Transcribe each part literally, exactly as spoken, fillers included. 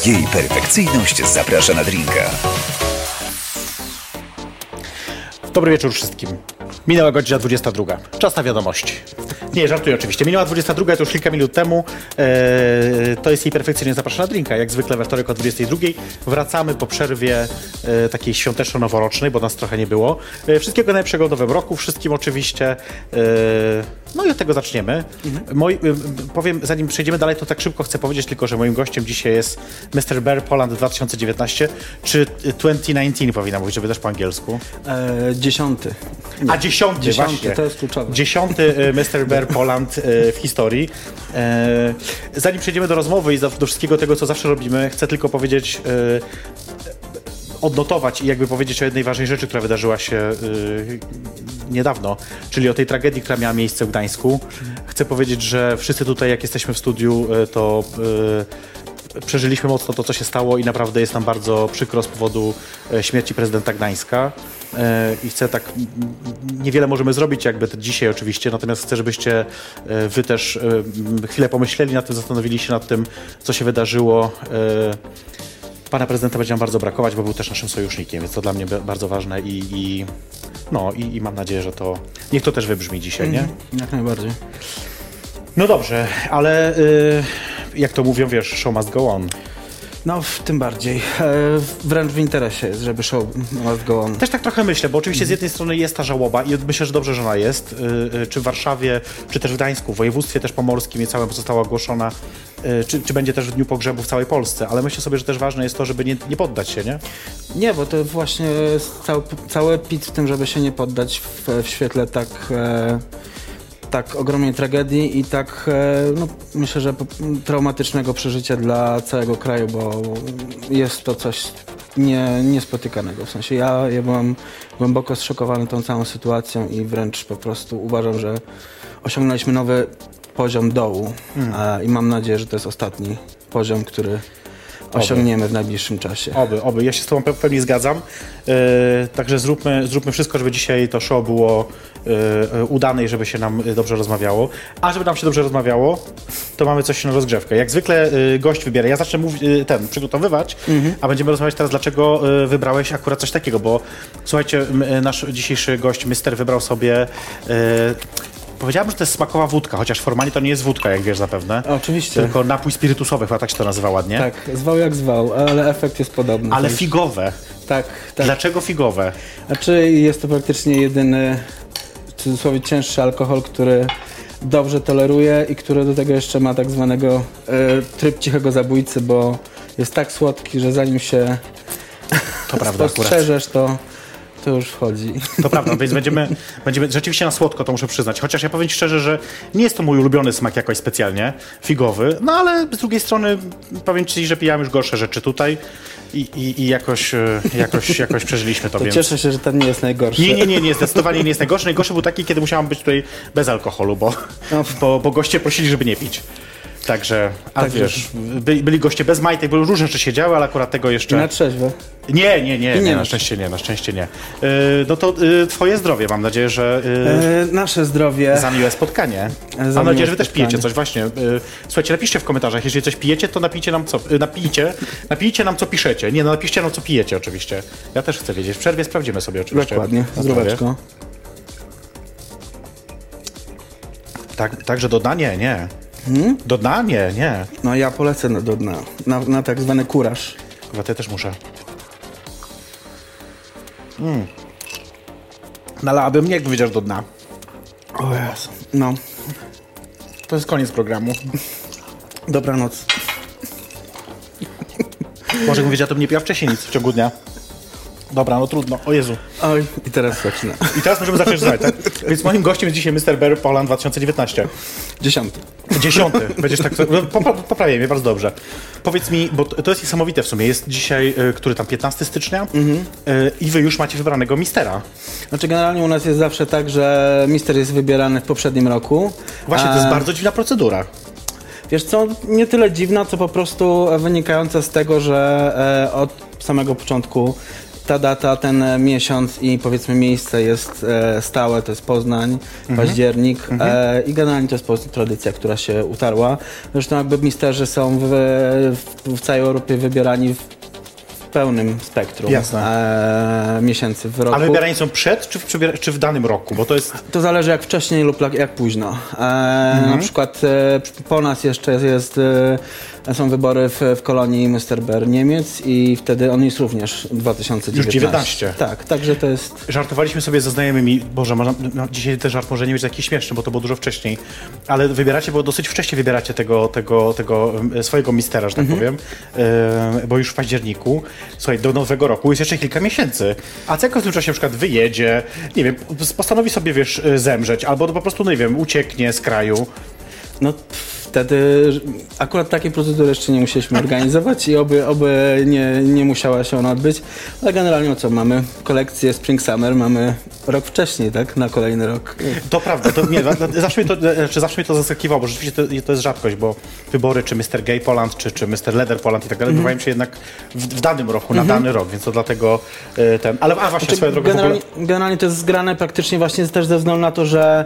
Jej perfekcyjność zaprasza na drinka. Dobry wieczór wszystkim. Minęła godzina dwudziesta druga. Czas na wiadomości. Nie, żartuję oczywiście. Minęła dwudziesta druga, to już kilka minut temu. Eee, to jest Jej perfekcyjnie zaprasza na drinka. Jak zwykle we wtorek o dwudziestej drugiej. Wracamy po przerwie e, takiej świąteczno-noworocznej, bo nas trochę nie było. E, wszystkiego najlepszego w nowym roku. Wszystkim oczywiście. E, no i od tego zaczniemy. Mhm. Moi, e, powiem, zanim przejdziemy dalej, to tak szybko chcę powiedzieć tylko, że moim gościem dzisiaj jest mister Bear Poland dwa tysiące dziewiętnaście. Czy dwa tysiące dziewiętnaście powinna mówić, żeby też po angielsku? E, dziesiąty. Nie. A dziesiąty, dziesiąty właśnie. To jest kluczowe. Dziesiąty mister Bear Poland w historii. Zanim przejdziemy do rozmowy i do wszystkiego tego, co zawsze robimy, chcę tylko powiedzieć, odnotować i jakby powiedzieć o jednej ważnej rzeczy, która wydarzyła się niedawno, czyli o tej tragedii, która miała miejsce w Gdańsku. Chcę powiedzieć, że wszyscy tutaj, jak jesteśmy w studiu, to przeżyliśmy mocno to, co się stało i naprawdę jest nam bardzo przykro z powodu śmierci prezydenta Gdańska. I chcę tak, niewiele możemy zrobić jakby dzisiaj oczywiście, natomiast chcę, żebyście wy też chwilę pomyśleli nad tym, zastanowili się nad tym, co się wydarzyło. Pana prezydenta będzie nam bardzo brakować, bo był też naszym sojusznikiem, więc to dla mnie bardzo ważne i, i no i, i mam nadzieję, że to, niech to też wybrzmi dzisiaj, nie? Jak najbardziej. No dobrze, ale y, jak to mówią, wiesz, show must go on. No, w tym bardziej. E, wręcz w interesie jest, żeby show must go on. Też tak trochę myślę, bo oczywiście z jednej strony jest ta żałoba i myślę, że dobrze, że ona jest. Y, y, czy w Warszawie, czy też w Gdańsku, w województwie też pomorskim i całym została ogłoszona, y, czy, czy będzie też w dniu pogrzebu w całej Polsce, ale myślę sobie, że też ważne jest to, żeby nie, nie poddać się, nie? Nie, bo to właśnie jest cały, cały pit w tym, żeby się nie poddać w, w świetle tak... E, tak ogromnej tragedii i tak, no, myślę, że traumatycznego przeżycia dla całego kraju, bo jest to coś nie, niespotykanego. W sensie ja, ja byłem głęboko zszokowany tą całą sytuacją i wręcz po prostu uważam, że osiągnęliśmy nowy poziom dołu hmm. i mam nadzieję, że to jest ostatni poziom, który osiągniemy oby. w najbliższym czasie. Oby, oby. Ja się z tobą pe- pewnie zgadzam. Yy, także zróbmy, zróbmy wszystko, żeby dzisiaj to show było yy, udane i żeby się nam dobrze rozmawiało. A żeby nam się dobrze rozmawiało, to mamy coś na rozgrzewkę. Jak zwykle yy, gość wybiera. Ja zacznę mów- yy, ten, przygotowywać, mm-hmm. a będziemy rozmawiać teraz, dlaczego yy, wybrałeś akurat coś takiego, bo słuchajcie, yy, nasz dzisiejszy gość, mister, wybrał sobie... Yy, Powiedziałabym, że to jest smakowa wódka, chociaż formalnie to nie jest wódka, jak wiesz zapewne. Oczywiście. Tylko napój spirytusowy, chyba tak się to nazywa ładnie. Tak, zwał jak zwał, ale efekt jest podobny. Ale figowe. Tak, tak. Dlaczego figowe? Znaczy jest to praktycznie jedyny, w cudzysłowie, cięższy alkohol, który dobrze toleruje i który do tego jeszcze ma tak zwanego y, tryb cichego zabójcy, bo jest tak słodki, że zanim się to prawda, spostrzeżesz, to... to już wchodzi. To prawda, więc będziemy, będziemy rzeczywiście na słodko, to muszę przyznać. Chociaż ja powiem ci szczerze, że nie jest to mój ulubiony smak jakoś specjalnie, figowy, no ale z drugiej strony powiem ci, że pijałem już gorsze rzeczy tutaj i, i, i jakoś, jakoś, jakoś przeżyliśmy to, to więc... Cieszę się, że ten nie jest najgorszy. Nie, nie, nie, nie, zdecydowanie nie jest najgorszy. Najgorszy był taki, kiedy musiałam być tutaj bez alkoholu, bo, no. bo, bo goście prosili, żeby nie pić. Także, a tak wiesz, byli, byli goście bez majtek, bo różne rzeczy się działy, ale akurat tego jeszcze... I na trzeźwo. Nie, nie, nie, nie, na szczęście nie, na szczęście nie. Yy, no to yy, twoje zdrowie, mam nadzieję, że... Yy, nasze zdrowie. Za miłe spotkanie. Za mam nadzieję, że wy też pijecie coś, właśnie. Yy, słuchajcie, napiszcie w komentarzach, jeżeli coś pijecie, to napijcie nam co... Yy, napijcie, napijcie nam co piszecie. Nie, no napiszcie nam co pijecie oczywiście. Ja też chcę wiedzieć. W przerwie sprawdzimy sobie oczywiście. Dokładnie, zdróweczko. Tak, także do dna nie, nie. Hmm? Do dna? Nie, nie. No ja polecę na, do dna, na, na tak zwany kuraż. Chyba to ja też muszę. Mm. Nalałabym mnie, jakby wiedział do dna. O Jezu. No. To jest koniec programu. Dobranoc. Może bym wiedział, to bym nie piła wcześniej nic w ciągu dnia. Dobra, no trudno. O Jezu. Oj, i teraz zaczyna. I teraz możemy zacząć znać, tak? Więc moim gościem jest dzisiaj mister Bear Poland dwa tysiące dziewiętnaście. Dziesiąty. Dziesiąty. Będziesz tak... Poprawię mnie, bardzo dobrze. Powiedz mi, bo to jest niesamowite w sumie. Jest dzisiaj, który tam, piętnastego stycznia mhm. i wy już macie wybranego mistera. Znaczy generalnie u nas jest zawsze tak, że mister jest wybierany w poprzednim roku. Właśnie, to jest bardzo dziwna procedura. Wiesz co, nie tyle dziwna, co po prostu wynikająca z tego, że e, od samego początku ta data, ten miesiąc i powiedzmy miejsce jest e, stałe, to jest Poznań, mhm. październik e, i generalnie to jest po prostu tradycja, która się utarła. Zresztą jakby misterzy są w, w, w całej Europie wybierani w pełnym spektrum e, miesięcy w roku. Ale wybierani są przed czy w, czy w danym roku? Bo to jest... To zależy jak wcześniej lub jak późno. E, mhm. Na przykład e, po nas jeszcze jest, jest e, są wybory w, w kolonii Müsterber Niemiec i wtedy on jest również dwa tysiące dziewiętnaście. Już dziewiętnaście. Tak, także to jest... Żartowaliśmy sobie ze znajomymi, Boże, można, no, dzisiaj ten żart może nie być taki śmieszny, bo to było dużo wcześniej, ale wybieracie, bo dosyć wcześnie wybieracie tego, tego, tego swojego mistera, że tak mhm. powiem, e, bo już w październiku. Słuchaj, do nowego roku jest jeszcze kilka miesięcy, a Ceko w tym czasie na przykład wyjedzie, nie wiem, postanowi sobie, wiesz, zemrzeć, albo po prostu, no nie wiem, ucieknie z kraju. No wtedy akurat takiej procedury jeszcze nie musieliśmy organizować i oby, oby nie, nie musiała się ona odbyć, ale generalnie o co, mamy kolekcję Spring Summer, mamy rok wcześniej, tak, na kolejny rok. To prawda, to, nie, zawsze, mnie to, znaczy zawsze mnie to zaskakiwało, bo rzeczywiście to, to jest rzadkość, bo wybory czy mister Gay Poland, czy, czy mister Leather Poland i tak dalej, odbywają mm-hmm. się jednak w, w danym roku, na mm-hmm. dany rok, więc to dlatego y, ten, ale a właśnie znaczy, swoją drogą generalnie, w ogóle... generalnie to jest zgrane praktycznie właśnie też ze względu na to, że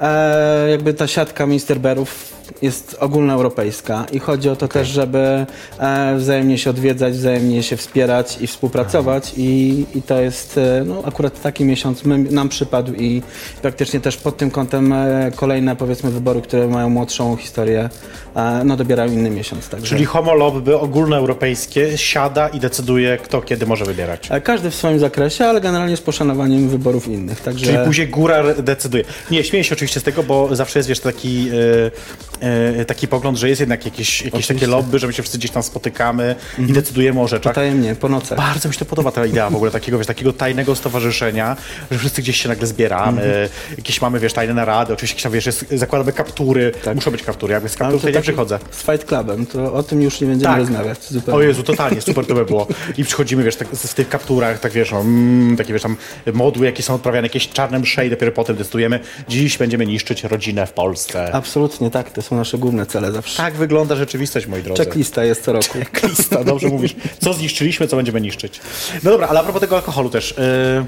e, jakby ta siatka Misterberów jest ogólnoeuropejska i chodzi o to okay. też, żeby e, wzajemnie się odwiedzać, wzajemnie się wspierać i współpracować i, i to jest e, no, akurat taki miesiąc my, nam przypadł i praktycznie też pod tym kątem e, kolejne powiedzmy wybory, które mają młodszą historię, e, no dobierają inny miesiąc. Także. Czyli homo lobby ogólnoeuropejskie siada i decyduje, kto kiedy może wybierać. E, każdy w swoim zakresie, ale generalnie z poszanowaniem wyborów innych. Także... Czyli później góra decyduje. Nie, śmieję się oczywiście z tego, bo zawsze jest wiesz taki... E, taki pogląd, że jest jednak jakieś, jakieś takie lobby, że my się wszyscy gdzieś tam spotykamy mm-hmm. i decydujemy o rzeczach. Potajemnie, po nocach. Bardzo mi się to podoba ta idea w ogóle takiego, wiesz, takiego tajnego stowarzyszenia, że wszyscy gdzieś się nagle zbieramy, mm-hmm. jakieś mamy, wiesz, tajne narady, oczywiście jakieś tam, wiesz, jest, zakładamy kaptury, tak. muszą być kaptury, jak bez kaptur to nie przychodzę. Z Fight Clubem, to o tym już nie będziemy tak. rozmawiać. Zupełnie. O Jezu, totalnie, super to by było. I przychodzimy, wiesz, tak, w tych kapturach, tak wiesz, no, mm, takie, wiesz, tam modły, jakie są odprawiane, jakieś czarne msze i dopiero potem decydujemy, dziś będziemy niszczyć rodzinę w Polsce. Absolutnie, tak, to są nasze główne cele zawsze. Tak wygląda rzeczywistość, moi drodzy. Checklista jest co roku. Checklista, dobrze mówisz. Co zniszczyliśmy, co będziemy niszczyć. No dobra, ale a propos tego alkoholu też. Yy,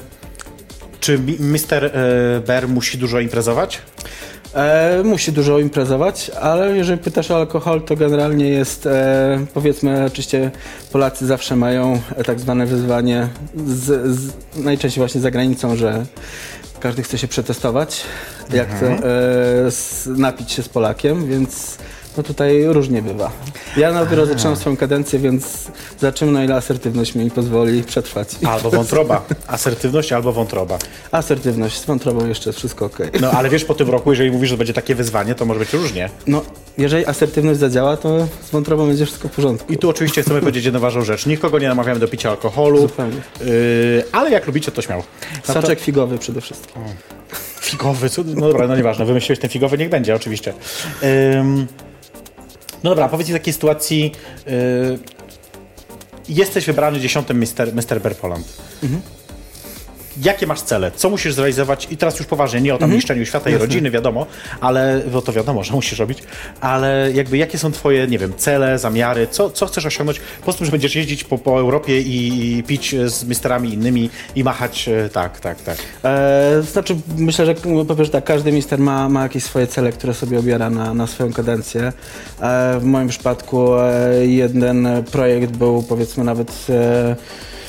czy mister Bear musi dużo imprezować? E, musi dużo imprezować, ale jeżeli pytasz o alkohol, to generalnie jest, e, powiedzmy, oczywiście Polacy zawsze mają tak zwane wyzwanie, z, z, najczęściej właśnie za granicą, że każdy chce się przetestować, jak mhm. to, e, s, napić się z Polakiem, więc no tutaj różnie bywa. Ja dopiero Aha. zaczynam swoją kadencję, więc zobaczymy, na ile asertywność mi pozwoli przetrwać. Albo wątroba. Asertywność albo wątroba. Asertywność. Z wątrobą jeszcze jest wszystko okej. Okay. No ale wiesz, po tym roku, jeżeli mówisz, że będzie takie wyzwanie, to może być różnie. No, jeżeli asertywność zadziała, to z wątrobą będzie wszystko w porządku. I tu oczywiście chcemy powiedzieć jedną ważną rzecz. Nikogo nie namawiamy do picia alkoholu. Zupełnie. Yy, ale jak lubicie, to śmiało. No Soczek to... figowy przede wszystkim. Figowy? Co? No dobra, no nieważne. Wymyśliłeś ten figowy, niech będzie, oczywiście. Ym... No dobra, powiedz mi w takiej sytuacji, yy, jesteś wybrany dziesiątym mister Bear Poland. Mhm. Jakie masz cele? Co musisz zrealizować? I teraz już poważnie, nie o tam mhm. niszczeniu świata Jasne. i rodziny, wiadomo, ale bo to wiadomo, że musisz robić, ale jakby jakie są twoje, nie wiem, cele, zamiary, co, co chcesz osiągnąć? Po prostu, że będziesz jeździć po, po Europie i, i pić z misterami innymi i machać, tak, tak, tak. E, znaczy, myślę, że po pierwsze tak, każdy mister ma, ma jakieś swoje cele, które sobie obiera na, na swoją kadencję. E, w moim przypadku e, jeden projekt był, powiedzmy, nawet e,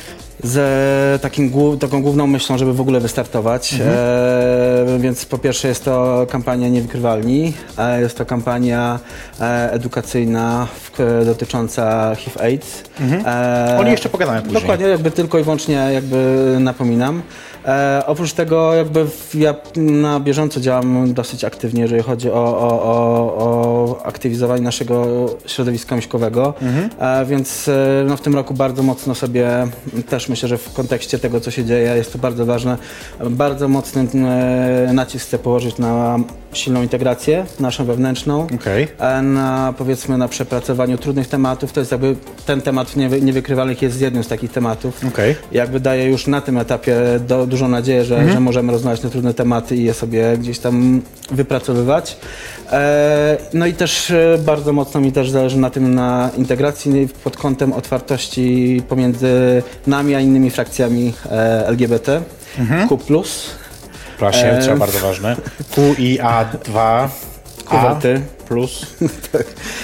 z takim, taką główną myślą, żeby w ogóle wystartować. Mhm. E, więc po pierwsze jest to kampania Niewykrywalni. E, jest to kampania e, edukacyjna w, dotycząca H I V AIDS. Mhm. E, Oni jeszcze pogadają później. Dokładnie, jakby tylko i wyłącznie jakby napominam. E, oprócz tego jakby w, ja na bieżąco działam dosyć aktywnie, jeżeli chodzi o, o, o, o aktywizowanie naszego środowiska myślowego, mhm. e, więc e, no, w tym roku bardzo mocno sobie też myślę, że w kontekście tego, co się dzieje, jest to bardzo ważne. Bardzo mocny e, nacisk chcę położyć na silną integrację naszą wewnętrzną, Okej. a na, powiedzmy, na przepracowaniu trudnych tematów. To jest jakby ten temat niewy, niewykrywalnych jest jednym z takich tematów. Okej. Jakby daje już na tym etapie do, dużą nadzieję, że, Mhm. że możemy rozmawiać na trudne tematy i je sobie gdzieś tam wypracowywać. E, no i też e, bardzo mocno mi też zależy na tym, na integracji pod kątem otwartości pomiędzy nami a innymi frakcjami e, L G B T, Mhm. Q plus, Właśnie, E, trzeba bardzo ważne. Q I A dwa kuwety. plus. Tak.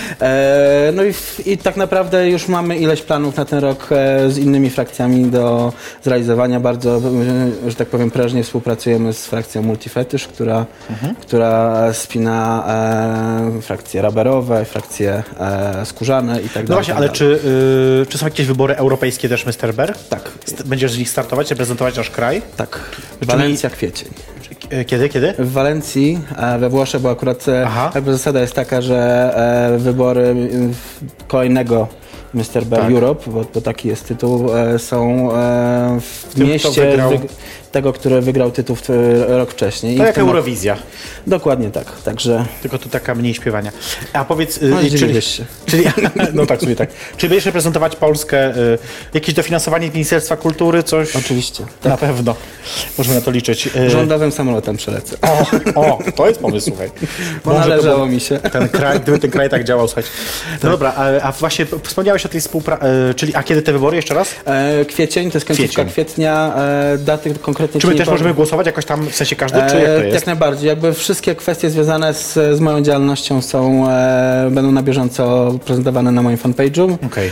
E, no i, w, i tak naprawdę już mamy ileś planów na ten rok e, z innymi frakcjami do zrealizowania. Bardzo, e, że tak powiem, prężnie współpracujemy z frakcją Multifetysz, która, Mhm. która spina e, frakcje raberowe, frakcje e, skórzane i tak dalej. No właśnie, tak ale dalej. czy, y, czy są jakieś wybory europejskie też, mister Bear? Tak, St- Będziesz z nich startować, reprezentować nasz kraj? tak. Czyli- Walencja, kwiecień. E, Kiedy, kiedy? W Walencji, e, we Włoszech, bo akurat e, Aha. jakby zasada jest taka, że e, wybory e, w- kolejnego mister Bear Tak. Europe, bo, bo taki jest tytuł, e, są e, w Tym, kto mieście wygrał- wyg- tego, który wygrał tytuł w, e, rok wcześniej. To I jak w tym- Eurowizja, Dokładnie tak, także tylko tu taka mniej śpiewania. A powiedz, y, no, czyli, zdziwiłeś się. czyli, no tak, sobie tak. Czy będziesz reprezentować Polskę, y, jakieś dofinansowanie Ministerstwa Kultury, coś? Oczywiście. Na pewno, możemy na to liczyć. Y, Rządowym samolotem przelecę. O, o, to jest pomysł, słuchaj. Bo Może to należało był- mi się. Ten kraj, gdyby ten kraj tak działał, słuchaj. No dobra, a, a właśnie wspomniałeś o tej współpracy, czyli a kiedy te wybory jeszcze raz? E, kwiecień, to jest końcówka Kwiecień. kwietnia, e, daty konkretnie Czy my ci nie też powiem. możemy głosować jakoś tam, w sensie każdy, czy jak to E, jest? Jak najbardziej. Jakby wszystkie kwestie związane z, z moją działalnością są, e, będą na bieżąco prezentowane na moim fanpage'u. Okej.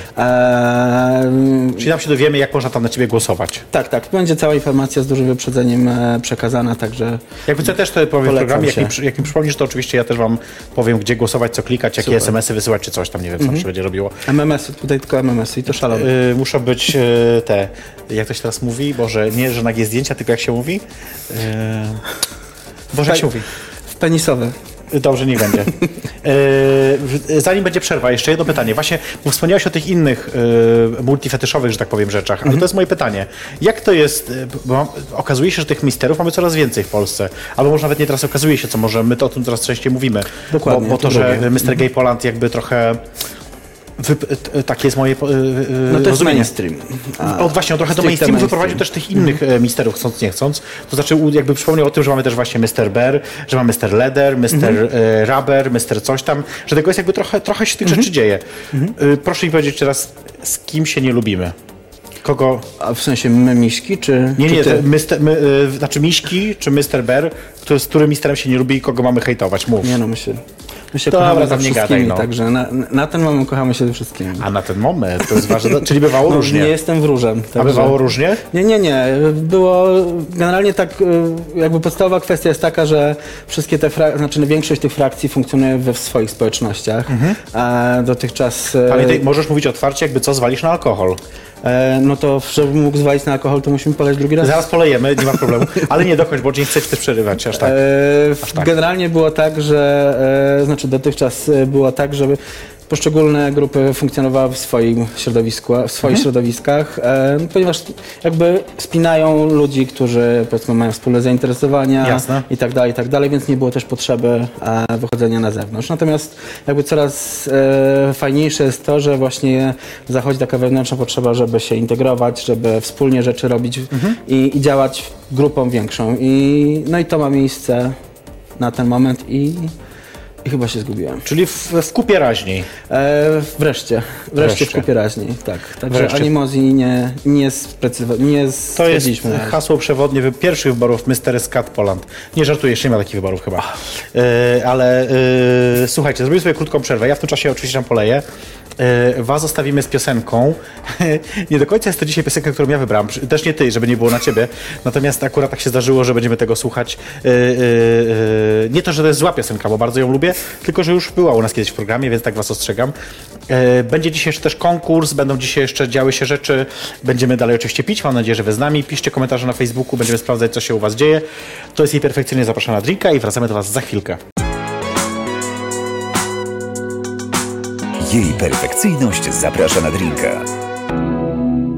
E, Czyli tam się dowiemy, jak można tam na ciebie głosować. tak, tak. Będzie cała informacja z dużym wyprzedzeniem e, przekazana, także Jakby co też to powiem w Polecam programie, jak się. mi, przy- jak mi przypomnisz, to oczywiście ja też wam powiem, gdzie głosować, co klikać, jakie Super. es em esy wysyłać, czy coś tam, nie wiem, co tam się będzie robiło. M M S-y, tutaj tylko M M S-y i to szalone. Yy, muszą być yy, te, jak to się teraz mówi, Boże, nie, że nagie zdjęcia, tylko jak się mówi? Yy, Boże, jak się mówi? W penisowe. Dobrze, niech będzie. Yy, zanim będzie przerwa, jeszcze jedno pytanie. Właśnie, bo wspomniałeś o tych innych yy, multifetyszowych, że tak powiem, rzeczach, ale to jest moje pytanie. Jak to jest, yy, bo mam, okazuje się, że tych misterów mamy coraz więcej w Polsce. Albo może nawet nie teraz okazuje się, co może my to o tym coraz częściej mówimy. Dokładnie, Bo, bo to, to że drugie. mister Gay Poland jakby trochę... Wyp- t- takie jest moje yy, No to jest rozumienie. mainstream. A, O, właśnie, on trochę do stricte mainstreamu mainstream. wyprowadził też tych innych e, misterów, chcąc nie chcąc. To znaczy u- jakby przypomniał o tym, że mamy też właśnie mister Bear, że mamy mister Leather, mister Mhm. e, Rubber, mister coś tam, że tego jest jakby trochę, trochę się tych Mhm. rzeczy dzieje. E, proszę mi powiedzieć teraz, z kim się nie lubimy? Kogo? A w sensie my miśki, czy Nie, czy nie, ty? to mister, my, e, znaczy Miśki czy mister Bear, który, z którym misterem się nie lubi i kogo mamy hejtować? Mów. Nie no, my się, my się Dobra, kochamy ze tam nie wszystkimi, gadaj, no. także na, na ten moment kochamy się ze wszystkimi. A na ten moment, to jest ważne, czyli bywało No, różnie. nie jestem wróżem. A także- bywało różnie? Nie, nie, nie. Było generalnie tak, y, jakby podstawowa kwestia jest taka, że wszystkie te, fra- znaczy większość tych frakcji funkcjonuje we w swoich społecznościach. A dotychczas, e, Pamiętaj, możesz mówić otwarcie, jakby co zwalisz na alkohol. e, no to żebym mógł zwalić na alkohol, to musimy poleć drugi raz. Zaraz polejemy, nie ma problemu, ale nie dokończ, bo nie chcę ci też przerywać, aż tak. E, Aż tak. Generalnie było tak, że, e, znaczy dotychczas e, było tak, żeby poszczególne grupy funkcjonowały w swoim środowisku, w swoich Mhm. środowiskach, e, ponieważ jakby spinają ludzi, którzy powiedzmy mają wspólne zainteresowania Jasne. i tak dalej, i tak dalej, więc nie było też potrzeby e, wychodzenia na zewnątrz. Natomiast jakby coraz e, fajniejsze jest to, że właśnie zachodzi taka wewnętrzna potrzeba, żeby się integrować, żeby wspólnie rzeczy robić Mhm. i, i działać grupą większą. I, no i to ma miejsce na ten moment i, i chyba się zgubiłem. Czyli w, w kupie raźniej. E, wreszcie, wreszcie, Wreszcie. w kupie raźniej, tak. Także Wreszcie. animozji nie, nie, sprecyzo- nie To jest stwierdziliśmy na razie. hasło przewodnie wy- pierwszych wyborów mister Scat Poland. Nie żartuję, jeszcze nie ma takich wyborów chyba. E, ale e, słuchajcie, zrobimy sobie krótką przerwę. Ja w tym czasie oczywiście tam poleję. E, was zostawimy z piosenką. Nie do końca jest to dzisiaj piosenka, którą ja wybrałem. Przy- Też nie ty, żeby nie było na ciebie. Natomiast akurat tak się zdarzyło, że będziemy tego słuchać. E, e, e, nie to, że to jest zła piosenka, bo bardzo ją lubię, tylko że już była u nas kiedyś w programie, więc tak was ostrzegam. E, Będzie dzisiaj jeszcze też konkurs, będą dzisiaj jeszcze działy się rzeczy. Będziemy dalej oczywiście pić. Mam nadzieję, że wy z nami. Piszcie komentarze na Facebooku, będziemy sprawdzać, co się u was dzieje. To jest jej perfekcyjnie zapraszana na drinka i wracamy do was za chwilkę. Jej perfekcyjność zaprasza na drinka.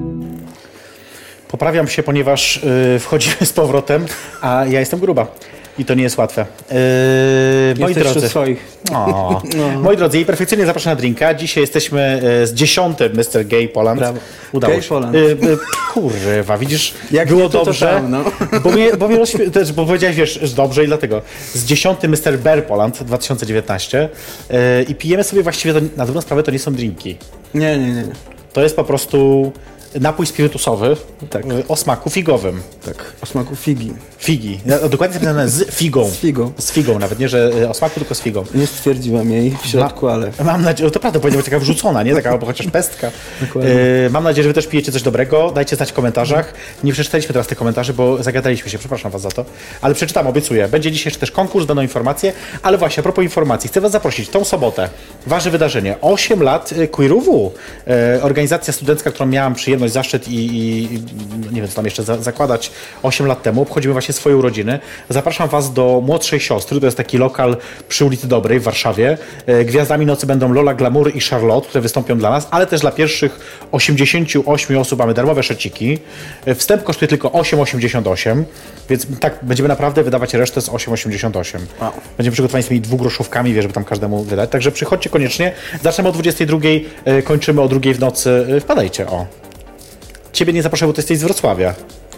Poprawiam się, ponieważ y, wchodzimy z powrotem, a ja jestem gruba. I to nie jest łatwe. Yy, moi Jesteś drodzy. wśród swoich. O. No. Moi drodzy, i perfekcyjnie zapraszam na drinka. Dzisiaj jesteśmy e, z dziesiątym mister Gay Poland. Brawo. Udało Gay się. Poland. E, e, kurwa, widzisz, Jak było nie to, to dobrze, tam, no. bo mnie, bo mnie rozśmie- też, bo powiedziałeś, wiesz, że dobrze i dlatego. Z dziesiątym mister Bear Poland dwa tysiące dziewiętnaście e, i pijemy sobie właściwie, to, na dobrą sprawę to nie są drinki. Nie, nie, nie. nie. To jest po prostu napój spirytusowy Tak. e, o smaku figowym. Tak, o smaku figi. Figi. Ja- Dokładnie zapisane z figą. Z figą. Z figą, nawet nie, że e, o smaku, tylko z figą. Nie stwierdziłem jej w środku, ale... Mam nadzieję, to prawda, powinna być taka wrzucona, nie? Taka albo chociaż pestka. Dokładnie. E, mam nadzieję, że wy też pijecie coś dobrego. Dajcie znać w komentarzach. Nie przeczytaliśmy teraz tych komentarzy, bo zagadaliśmy się, przepraszam was za to. Ale przeczytam, obiecuję. Będzie dzisiaj jeszcze też konkurs, będą informacje. Ale właśnie, a propos informacji, chcę was zaprosić tą sobotę. Ważne wydarzenie. osiem lat e, Queerowu. E, organizacja studencka, którą miałam przyjemność, zaszczyt i, i, i nie wiem, co tam jeszcze za, zakładać osiem lat temu. Obchodzimy właśnie swoje urodziny. Zapraszam was do młodszej siostry. To jest taki lokal przy ulicy Dobrej w Warszawie. E, Gwiazdami nocy będą Lola Glamour i Charlotte, które wystąpią dla nas, ale też dla pierwszych osiemdziesięciu ośmiu osób mamy darmowe szeciki. E, Wstęp kosztuje tylko osiem osiemdziesiąt osiem, więc tak będziemy naprawdę wydawać resztę z osiem osiemdziesiąt osiem. Wow. Będziemy przygotowani z tymi dwugroszówkami, wiesz, żeby tam każdemu wydać. Także przychodźcie koniecznie. Zaczynamy o dwudziestej drugiej, e, kończymy o drugiej w nocy. E, Wpadajcie, o. Ciebie nie zaproszę, bo ty jesteś z Wrocławia.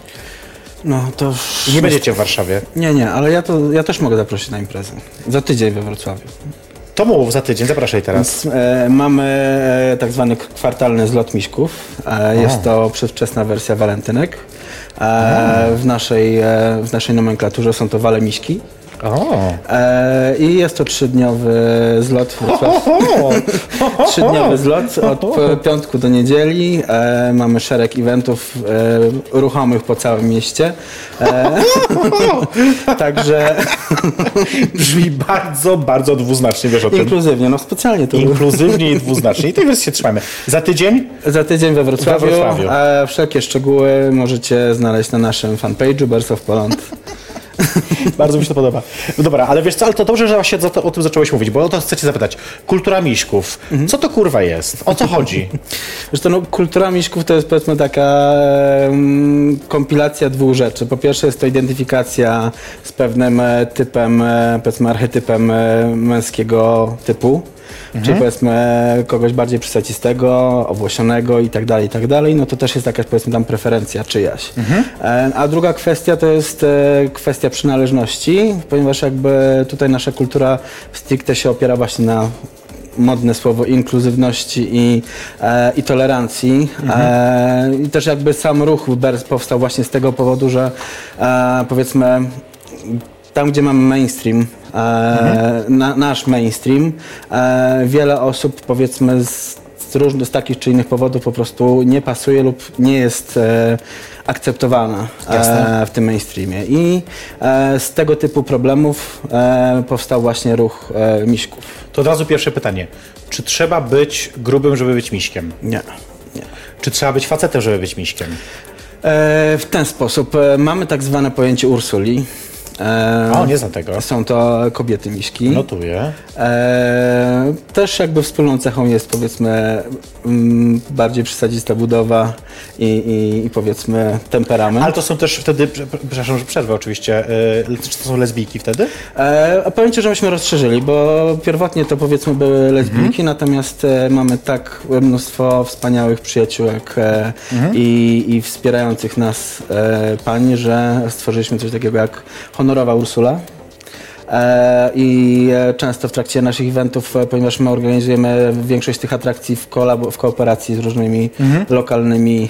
No to... I nie będziecie w Warszawie. Nie, nie, ale ja, to, ja też mogę zaprosić na imprezę. Za tydzień we Wrocławiu. To mów za tydzień, zapraszaj teraz. Więc, e, mamy e, tak zwany kwartalny zlot miśków. E, jest to przedwczesna wersja walentynek. E, w, naszej, e, w naszej nomenklaturze są to wale miśki. O. E, I jest to trzydniowy zlot. Wrocław... Trzydniowy zlot od p- piątku do niedzieli. E, mamy szereg eventów e, ruchomych po całym mieście. E, także Brzmi bardzo, bardzo dwuznacznie, wiesz o tym. inkluzywnie, no specjalnie to Inkluzywnie i dwuznacznie. I tej wersji się trzymajmy. Za tydzień za tydzień we Wrocławiu. We Wrocławiu. E, wszelkie szczegóły możecie znaleźć na naszym fanpage'u Birds of Poland. bardzo mi się to podoba. No dobra, ale wiesz co, ale to dobrze, że właśnie za to, o tym zacząłeś mówić, bo o to chcę cię zapytać. Kultura miśków. Co to kurwa jest? O co chodzi? Wiesz to, no, kultura miśków to jest powiedzmy taka um, kompilacja dwóch rzeczy. Po pierwsze jest to identyfikacja z pewnym e, typem, e, powiedzmy archetypem e, męskiego typu. Czyli powiedzmy kogoś bardziej przysadzistego, owłosionego i tak dalej, i tak dalej, no to też jest jakaś powiedzmy tam preferencja czyjaś. E, A druga kwestia to jest e, kwestia przynależności, ponieważ jakby tutaj nasza kultura stricte się opiera właśnie na modne słowo inkluzywności i, e, i tolerancji. E, I też jakby sam ruch Birds powstał właśnie z tego powodu, że e, powiedzmy tam, gdzie mamy mainstream, e, Mhm. na, nasz mainstream, e, wiele osób powiedzmy z, z różnych, z takich czy innych powodów po prostu nie pasuje lub nie jest e, akceptowana Jasne. e, w tym mainstreamie. I e, z tego typu problemów e, powstał właśnie ruch e, miśków. To od razu pierwsze pytanie. Czy trzeba być grubym, żeby być miśkiem? Nie, nie. Czy trzeba być facetem, żeby być miśkiem? E, w ten sposób e, mamy tak zwane pojęcie Ursuli. E, O, nie znam tego. Są to kobiety miśki. Notuję. E, też jakby wspólną cechą jest powiedzmy mm, bardziej przesadzista budowa i, i, i powiedzmy temperament. Ale to są też wtedy, prze- przepraszam, że przerwę oczywiście, yy, czy to są lesbijki wtedy? E, a powiem Ci, że myśmy rozszerzyli, bo pierwotnie to powiedzmy były lesbijki, natomiast e, mamy tak mnóstwo wspaniałych przyjaciół e, i, i wspierających nas e, pań, że stworzyliśmy coś takiego jak honorowa Ursula. E, I e, często w trakcie naszych eventów, e, ponieważ my organizujemy większość tych atrakcji w, kolab- w kooperacji z różnymi lokalnymi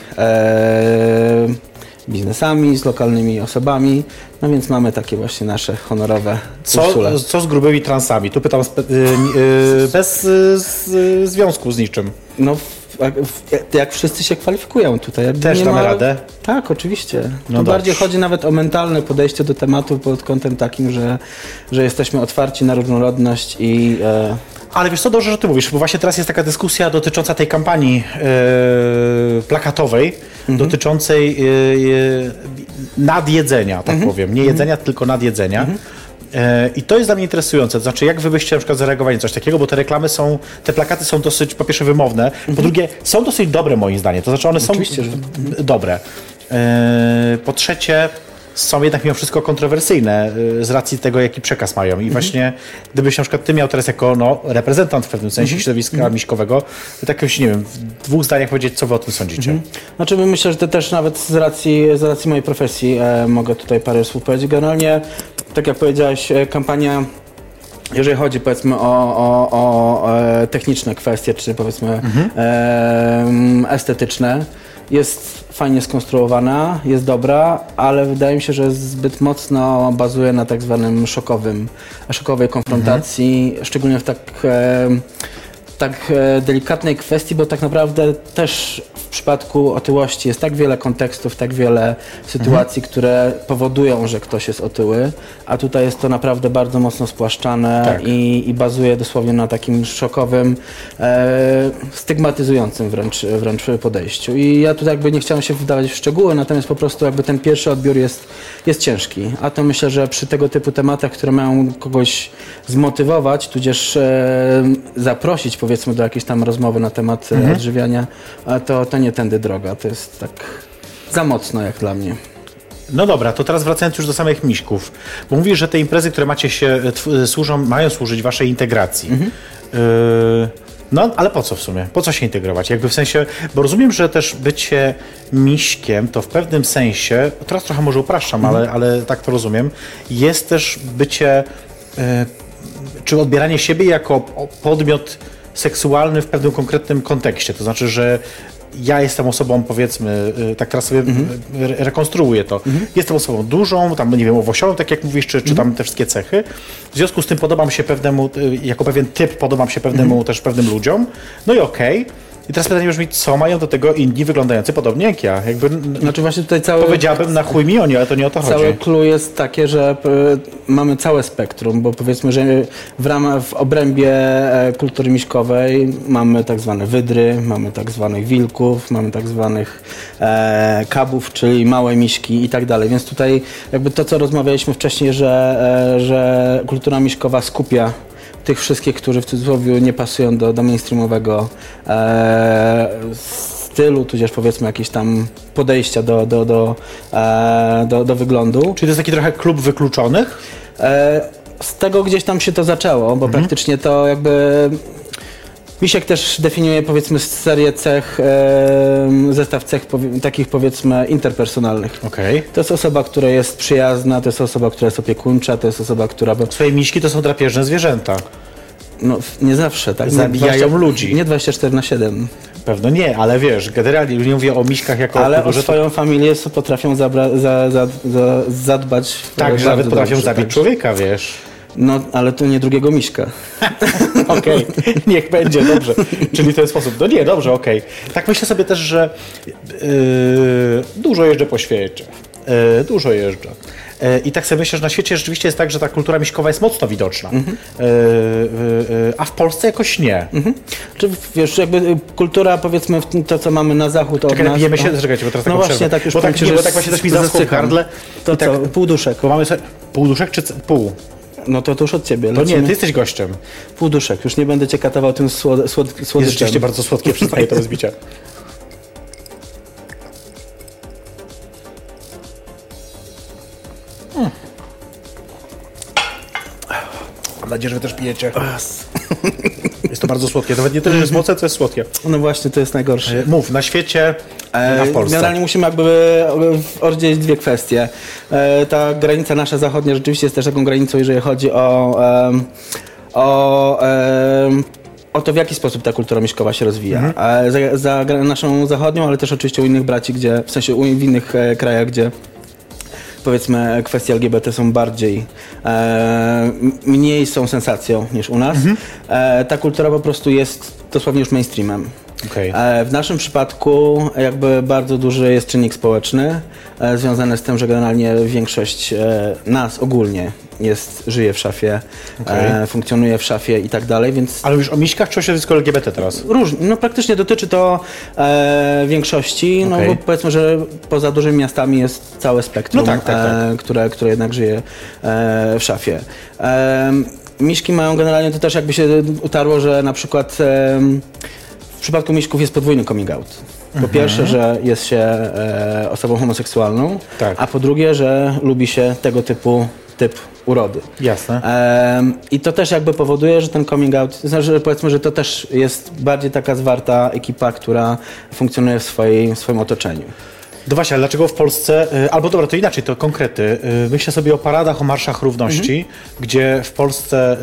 e, biznesami, z lokalnymi osobami, no więc mamy takie właśnie nasze honorowe Ursule. Co, co z grubymi transami? Tu pytam spe- yy, yy, bez yy, z, yy, związku z niczym. No, w, w, jak wszyscy się kwalifikują tutaj. jakby Też nie damy ma- radę? Tak, oczywiście. No tu dobrze. bardziej chodzi nawet o mentalne podejście do tematu pod kątem takim, że, że jesteśmy otwarci na różnorodność i e, Ale wiesz co, dobrze, że ty mówisz, bo właśnie teraz jest taka dyskusja dotycząca tej kampanii yy, plakatowej, dotyczącej yy, yy, nadjedzenia, tak powiem. Nie jedzenia, tylko nadjedzenia. Yy, I to jest dla mnie interesujące. To znaczy, jak wy byście na przykład zareagowali na coś takiego, bo te reklamy są, te plakaty są dosyć, po pierwsze, wymowne, po drugie, są dosyć dobre moim zdaniem. To znaczy, one są Oczywiście, że- dobre. Yy, po trzecie, są jednak mimo wszystko kontrowersyjne y, z racji tego, jaki przekaz mają. I mhm. właśnie gdybyś na przykład ty miał teraz jako no, reprezentant w pewnym sensie mhm. środowiska mhm. miśkowego, to tak już, nie wiem, w dwóch zdaniach powiedzieć, co wy o tym sądzicie. Mhm. Znaczy myślę, że to też nawet z racji, z racji mojej profesji e, mogę tutaj parę słów powiedzieć. Generalnie, tak jak powiedziałeś, kampania, jeżeli chodzi powiedzmy o, o, o e, techniczne kwestie, czy powiedzmy mhm. e, estetyczne, jest fajnie skonstruowana, jest dobra, ale wydaje mi się, że zbyt mocno bazuje na tak zwanym szokowym, szokowej konfrontacji, mhm. szczególnie w tak, e, tak e, delikatnej kwestii, bo tak naprawdę też w przypadku otyłości jest tak wiele kontekstów, tak wiele sytuacji, mhm. które powodują, że ktoś jest otyły, a tutaj jest to naprawdę bardzo mocno spłaszczane tak. i, i bazuje dosłownie na takim szokowym, e, stygmatyzującym wręcz, wręcz podejściu. I ja tutaj jakby nie chciałem się wdawać w szczegóły, natomiast po prostu jakby ten pierwszy odbiór jest, jest ciężki. A to myślę, że przy tego typu tematach, które mają kogoś zmotywować, tudzież e, zaprosić powiedzmy do jakiejś tam rozmowy na temat mhm. odżywiania, to, to nie tędy droga. To jest tak za mocno jak dla mnie. No dobra, to teraz wracając już do samych miśków, bo mówisz, że te imprezy, które macie się, służą, mają służyć waszej integracji. Mhm. Yy, no, ale po co w sumie? Po co się integrować? Jakby w sensie, bo rozumiem, że też bycie miśkiem to w pewnym sensie, teraz trochę może upraszczam, mhm. ale, ale tak to rozumiem, jest też bycie, yy, czy odbieranie siebie jako podmiot seksualny w pewnym konkretnym kontekście. To znaczy, że ja jestem osobą, powiedzmy, tak teraz sobie mm-hmm. rekonstruuję to. Mm-hmm. Jestem osobą dużą, tam nie wiem, owłosiałą, tak jak mówisz, czy, czy tam te wszystkie cechy. W związku z tym podobam się pewnemu, jako pewien typ podobam się pewnemu, mm-hmm. też pewnym ludziom. No i okej. Okay. I teraz pytanie brzmi, co mają do tego inni wyglądający podobnie jak ja? Jakby, znaczy właśnie tutaj całe, powiedziałbym na chuj mi oni, ale to nie o to całe chodzi. Całe clue jest takie, że y, mamy całe spektrum, bo powiedzmy, że w ramach, w obrębie e, kultury miśkowej mamy tak zwane wydry, mamy tak zwanych wilków, mamy tak zwanych e, kabów, czyli małe miśki i tak dalej. Więc tutaj jakby to, co rozmawialiśmy wcześniej, że, e, że kultura miśkowa skupia tych wszystkich, którzy w cudzysłowie nie pasują do, do mainstreamowego e, stylu, tudzież powiedzmy jakieś tam podejścia do, do, do, e, do, do wyglądu. Czyli to jest taki trochę klub wykluczonych? E, z tego gdzieś tam się to zaczęło, bo mhm. praktycznie to jakby... Misiek też definiuje powiedzmy serię cech, e, zestaw cech powie, takich powiedzmy interpersonalnych. Okay. To jest osoba, która jest przyjazna, to jest osoba, która jest opiekuńcza, to jest osoba, która... Swoje miśki to są drapieżne zwierzęta. No nie zawsze, tak? Zabijają dwadzieścia, ludzi. Nie dwadzieścia cztery na siedem. Pewno nie, ale wiesz, generalnie nie mówię o miśkach jako... Ale o swoją to... familię potrafią zabra- za, za, za, zadbać. Tak, że nawet potrafią dobrze, zabić tak. człowieka, wiesz. No, ale to nie drugiego miśka. Okej, okay. Niech będzie, dobrze. Czyli w ten sposób. No nie, dobrze, okej. Okay. Tak myślę sobie też, że yy, dużo jeżdżę po świecie. Yy, dużo jeżdżę. Yy, I tak sobie myślę, że na świecie rzeczywiście jest tak, że ta kultura miśkowa jest mocno widoczna. Mm-hmm. Yy, yy, a w Polsce jakoś nie. Mm-hmm. Czy wiesz, jakby kultura, powiedzmy, to co mamy na zachód od Czekaj, nas... Czekaj, się, czekajcie, bo teraz no taką właśnie, przerwę. tak już bo tak, nie, bo tak właśnie też mi zaschło gardle. To tak, co, półduszek. Bo mamy sobie, półduszek czy pół? No to, to już od ciebie. To lecimy. Nie, ty jesteś gościem. Półduszek, już nie będę cię katował tym słod, słod, słodyczem. Jest rzeczywiście bardzo słodkie, przyznaję to rozbicie. Hmm. Mam nadzieję, że wy też pijecie. Jest to bardzo słodkie. Nawet nie tyle, że jest mocne, to jest słodkie. No właśnie, to jest najgorsze. Mów, na świecie, a w Polsce. Generalnie musimy jakby oddzielić dwie kwestie. Ta granica nasza zachodnia rzeczywiście jest też taką granicą, jeżeli chodzi o, o, o to, w jaki sposób ta kultura miśkowa się rozwija. Mhm. Za, za naszą zachodnią, ale też oczywiście u innych braci, gdzie, w sensie w innych krajach, gdzie powiedzmy kwestie L G B T są bardziej, e, mniej są sensacją niż u nas. Mhm. E, ta kultura po prostu jest dosłownie już mainstreamem. Okay. E, w naszym przypadku jakby bardzo duży jest czynnik społeczny, e, związany z tym, że generalnie większość e, nas ogólnie jest, żyje w szafie, okay. e, funkcjonuje w szafie i tak dalej, więc... Ale już o miśkach czy o środowisku L G B T teraz? Różnie, no praktycznie dotyczy to e, większości, okay. no bo powiedzmy, że poza dużymi miastami jest całe spektrum, no tak, tak, tak. E, które, które jednak żyje e, w szafie. E, miśki mają generalnie, to też jakby się utarło, że na przykład e, w przypadku miśków jest podwójny coming out. Po Mhm. pierwsze, że jest się e, osobą homoseksualną, Tak. a po drugie, że lubi się tego typu typ urody. Jasne. Em, I to też jakby powoduje, że ten coming out, znaczy, że powiedzmy, że to też jest bardziej taka zwarta ekipa, która funkcjonuje w, swojej, w swoim otoczeniu. No właśnie, ale dlaczego w Polsce, y, albo dobra, to inaczej, to konkrety. Y, Myślę sobie o paradach, o marszach równości, gdzie w Polsce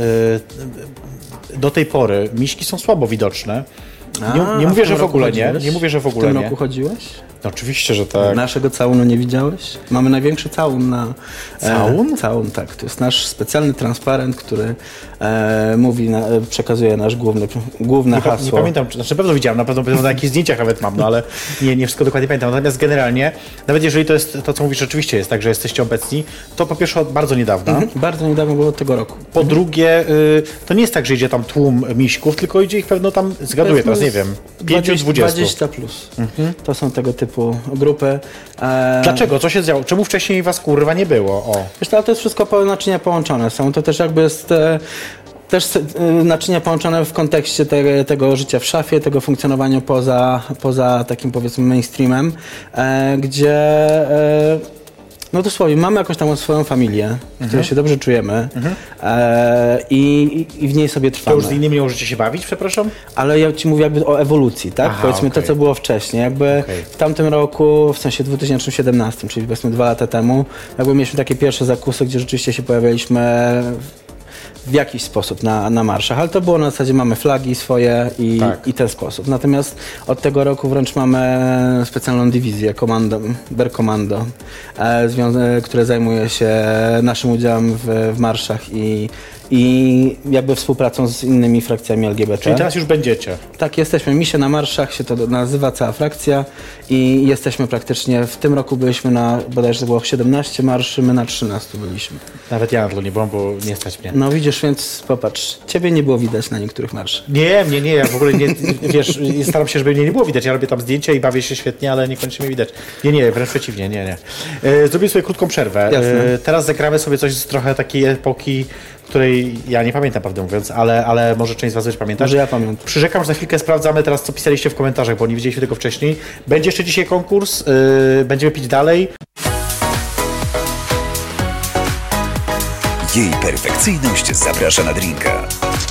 y, do tej pory miśki są słabo widoczne. Nie, A, nie a mówię, w że tym w roku ogóle nie. chodziłeś? Nie mówię, że w ogóle W tym nie. roku chodziłeś? No, oczywiście, że tak. Naszego całunu nie widziałeś? Mamy największy całun na... Całun? E, całun, tak. To jest nasz specjalny transparent, który e, mówi, na, e, przekazuje nasz główny, główne Nie, pa- hasło. nie pamiętam, czy- znaczy na pewno widziałem, na pewno na jakichś zdjęciach nawet mam, no ale nie, nie wszystko dokładnie pamiętam. Natomiast generalnie, nawet jeżeli to jest to, co mówisz, rzeczywiście jest tak, że jesteście obecni, to po pierwsze od bardzo niedawna. Mhm. Bardzo niedawno było od tego roku. Po drugie, y, to nie jest tak, że idzie tam tłum miśków, tylko idzie ich pewno tam, zgaduję teraz, nie wiem, pięć do dwudziestu. dwadzieścia plus. To są tego typu grupy. E, Dlaczego? Co się działo? Czemu wcześniej was kurwa nie było? O. Wiesz, to, ale to jest wszystko po naczynia połączone są. To też jakby jest e, też e, naczynia połączone w kontekście te, tego życia w szafie, tego funkcjonowania poza, poza takim powiedzmy mainstreamem, e, gdzie e, no dosłownie mamy jakąś tam swoją familię, w której się dobrze czujemy e, i, i w niej sobie To trwamy. już z innymi możecie się bawić, przepraszam? Ale ja ci mówię jakby o ewolucji, tak? Aha, Powiedzmy okej. to, co było wcześniej. Jakby Okej. w tamtym roku, w sensie dwa tysiące siedemnastym, czyli powiedzmy dwa lata temu, jakby mieliśmy takie pierwsze zakusy, gdzie rzeczywiście się pojawialiśmy w jakiś sposób na, na marszach, ale to było na zasadzie mamy flagi swoje i, Tak. i ten sposób. Natomiast od tego roku wręcz mamy specjalną dywizję, komando, Berkomando, e, związa- które zajmuje się naszym udziałem w, w marszach i, i jakby współpracą z innymi frakcjami L G B T. Czyli teraz już będziecie. Tak, jesteśmy. Misie na marszach się to nazywa, cała frakcja i jesteśmy praktycznie, w tym roku byliśmy na, bodajże było siedemnaście marszy, my na trzynaście byliśmy. Nawet ja na to nie byłem, bo nie stać mnie. No widzisz, więc popatrz, ciebie nie było widać na niektórych marszach. Nie, nie, nie, ja w ogóle nie, wiesz, staram się, żeby mnie nie było widać. Ja robię tam zdjęcia i bawię się świetnie, ale niekoniecznie mnie widać. Nie, nie, wręcz przeciwnie, nie, nie. E, Zrobimy sobie krótką przerwę. Jasne. E, Teraz zagramy sobie coś z trochę takiej epoki, której ja nie pamiętam, prawdę mówiąc, ale, ale może część z was też pamięta. Może ja pamiętam. Przyrzekam, że za chwilkę sprawdzamy teraz, co pisaliście w komentarzach, bo nie widzieliśmy tego wcześniej. Będzie jeszcze dzisiaj konkurs, yy, będziemy pić dalej. Jej perfekcyjność zaprasza na drinka.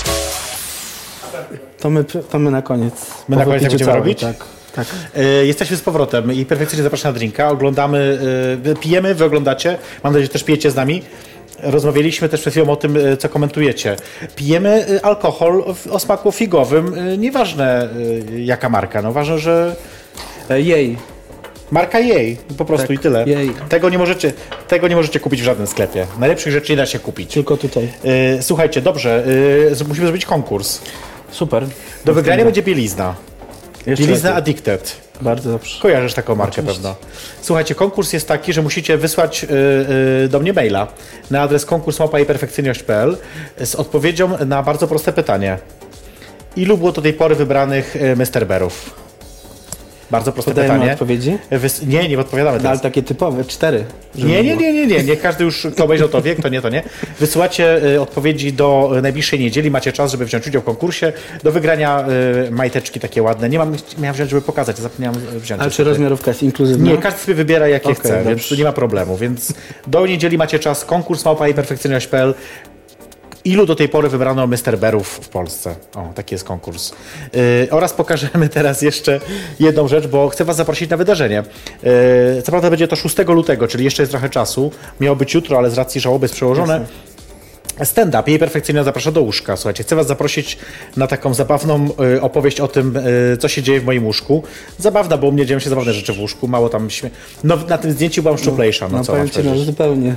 To my, to my na koniec. My na Po koniec tak wypiciu będziemy całej, robić? Tak, tak. Yy, jesteśmy z powrotem i perfekcyjnie zapraszam na drinka. Oglądamy, yy, pijemy, wy oglądacie. Mam nadzieję, że też pijecie z nami. Rozmawialiśmy też przed chwilą o tym, yy, co komentujecie. Pijemy yy, alkohol w- o smaku figowym. Yy, nieważne yy, jaka marka, no ważne, że E, jej. marka jej, po prostu Tak, i tyle. jej. Tego nie, możecie, tego nie możecie kupić w żadnym sklepie. Najlepszych rzeczy nie da się kupić. Tylko tutaj. Yy, słuchajcie, dobrze, yy, musimy zrobić konkurs. Super. Do wygrania będzie bielizna. Jeszcze Bielizna lepiej. Addicted. Bardzo dobrze. Kojarzysz taką markę pewno. Słuchajcie, konkurs jest taki, że musicie wysłać yy, yy, do mnie maila na adres konkurs małpa jej perfekcyjność kropka p l z odpowiedzią na bardzo proste pytanie. Ilu było do tej pory wybranych yy, mister Berów? Bardzo proste Podajemy pytanie. odpowiedzi? Wys- nie, nie odpowiadamy No, teraz. ale takie typowe, cztery. żeby Nie, nie, było. nie, nie, nie, nie. Każdy już, kto obejrzał to wie, kto nie, to nie. Wysyłacie y, odpowiedzi do y, najbliższej niedzieli, macie czas, żeby wziąć udział w konkursie. Do wygrania y, majteczki takie ładne. Nie mam, miałem wziąć, żeby pokazać, zapomniałem y, wziąć. Ale czy niestety. rozmiarówka jest inkluzywna? Nie, każdy sobie wybiera jakie Okej, chce, dobrze. więc tu nie ma problemu. Więc do niedzieli macie czas, konkurs małpa jej perfekcyjność kropka p l. Ilu do tej pory wybrano mister Berów w Polsce? O, taki jest konkurs. Yy, oraz pokażemy teraz jeszcze jedną rzecz, bo chcę was zaprosić na wydarzenie. Yy, co prawda będzie to szóstego lutego, czyli jeszcze jest trochę czasu. Miało być jutro, ale z racji żałoby jest przełożone. Stand-up, jej perfekcyjnie zaprasza do łóżka. Słuchajcie, chcę was zaprosić na taką zabawną y, opowieść o tym, y, co się dzieje w moim łóżku. Zabawna, bo u mnie dzieją się zabawne rzeczy w łóżku, mało tam śmie... No na tym zdjęciu byłam szczuplejsza, no, No co powiem mam ci, no powiedzieć. zupełnie.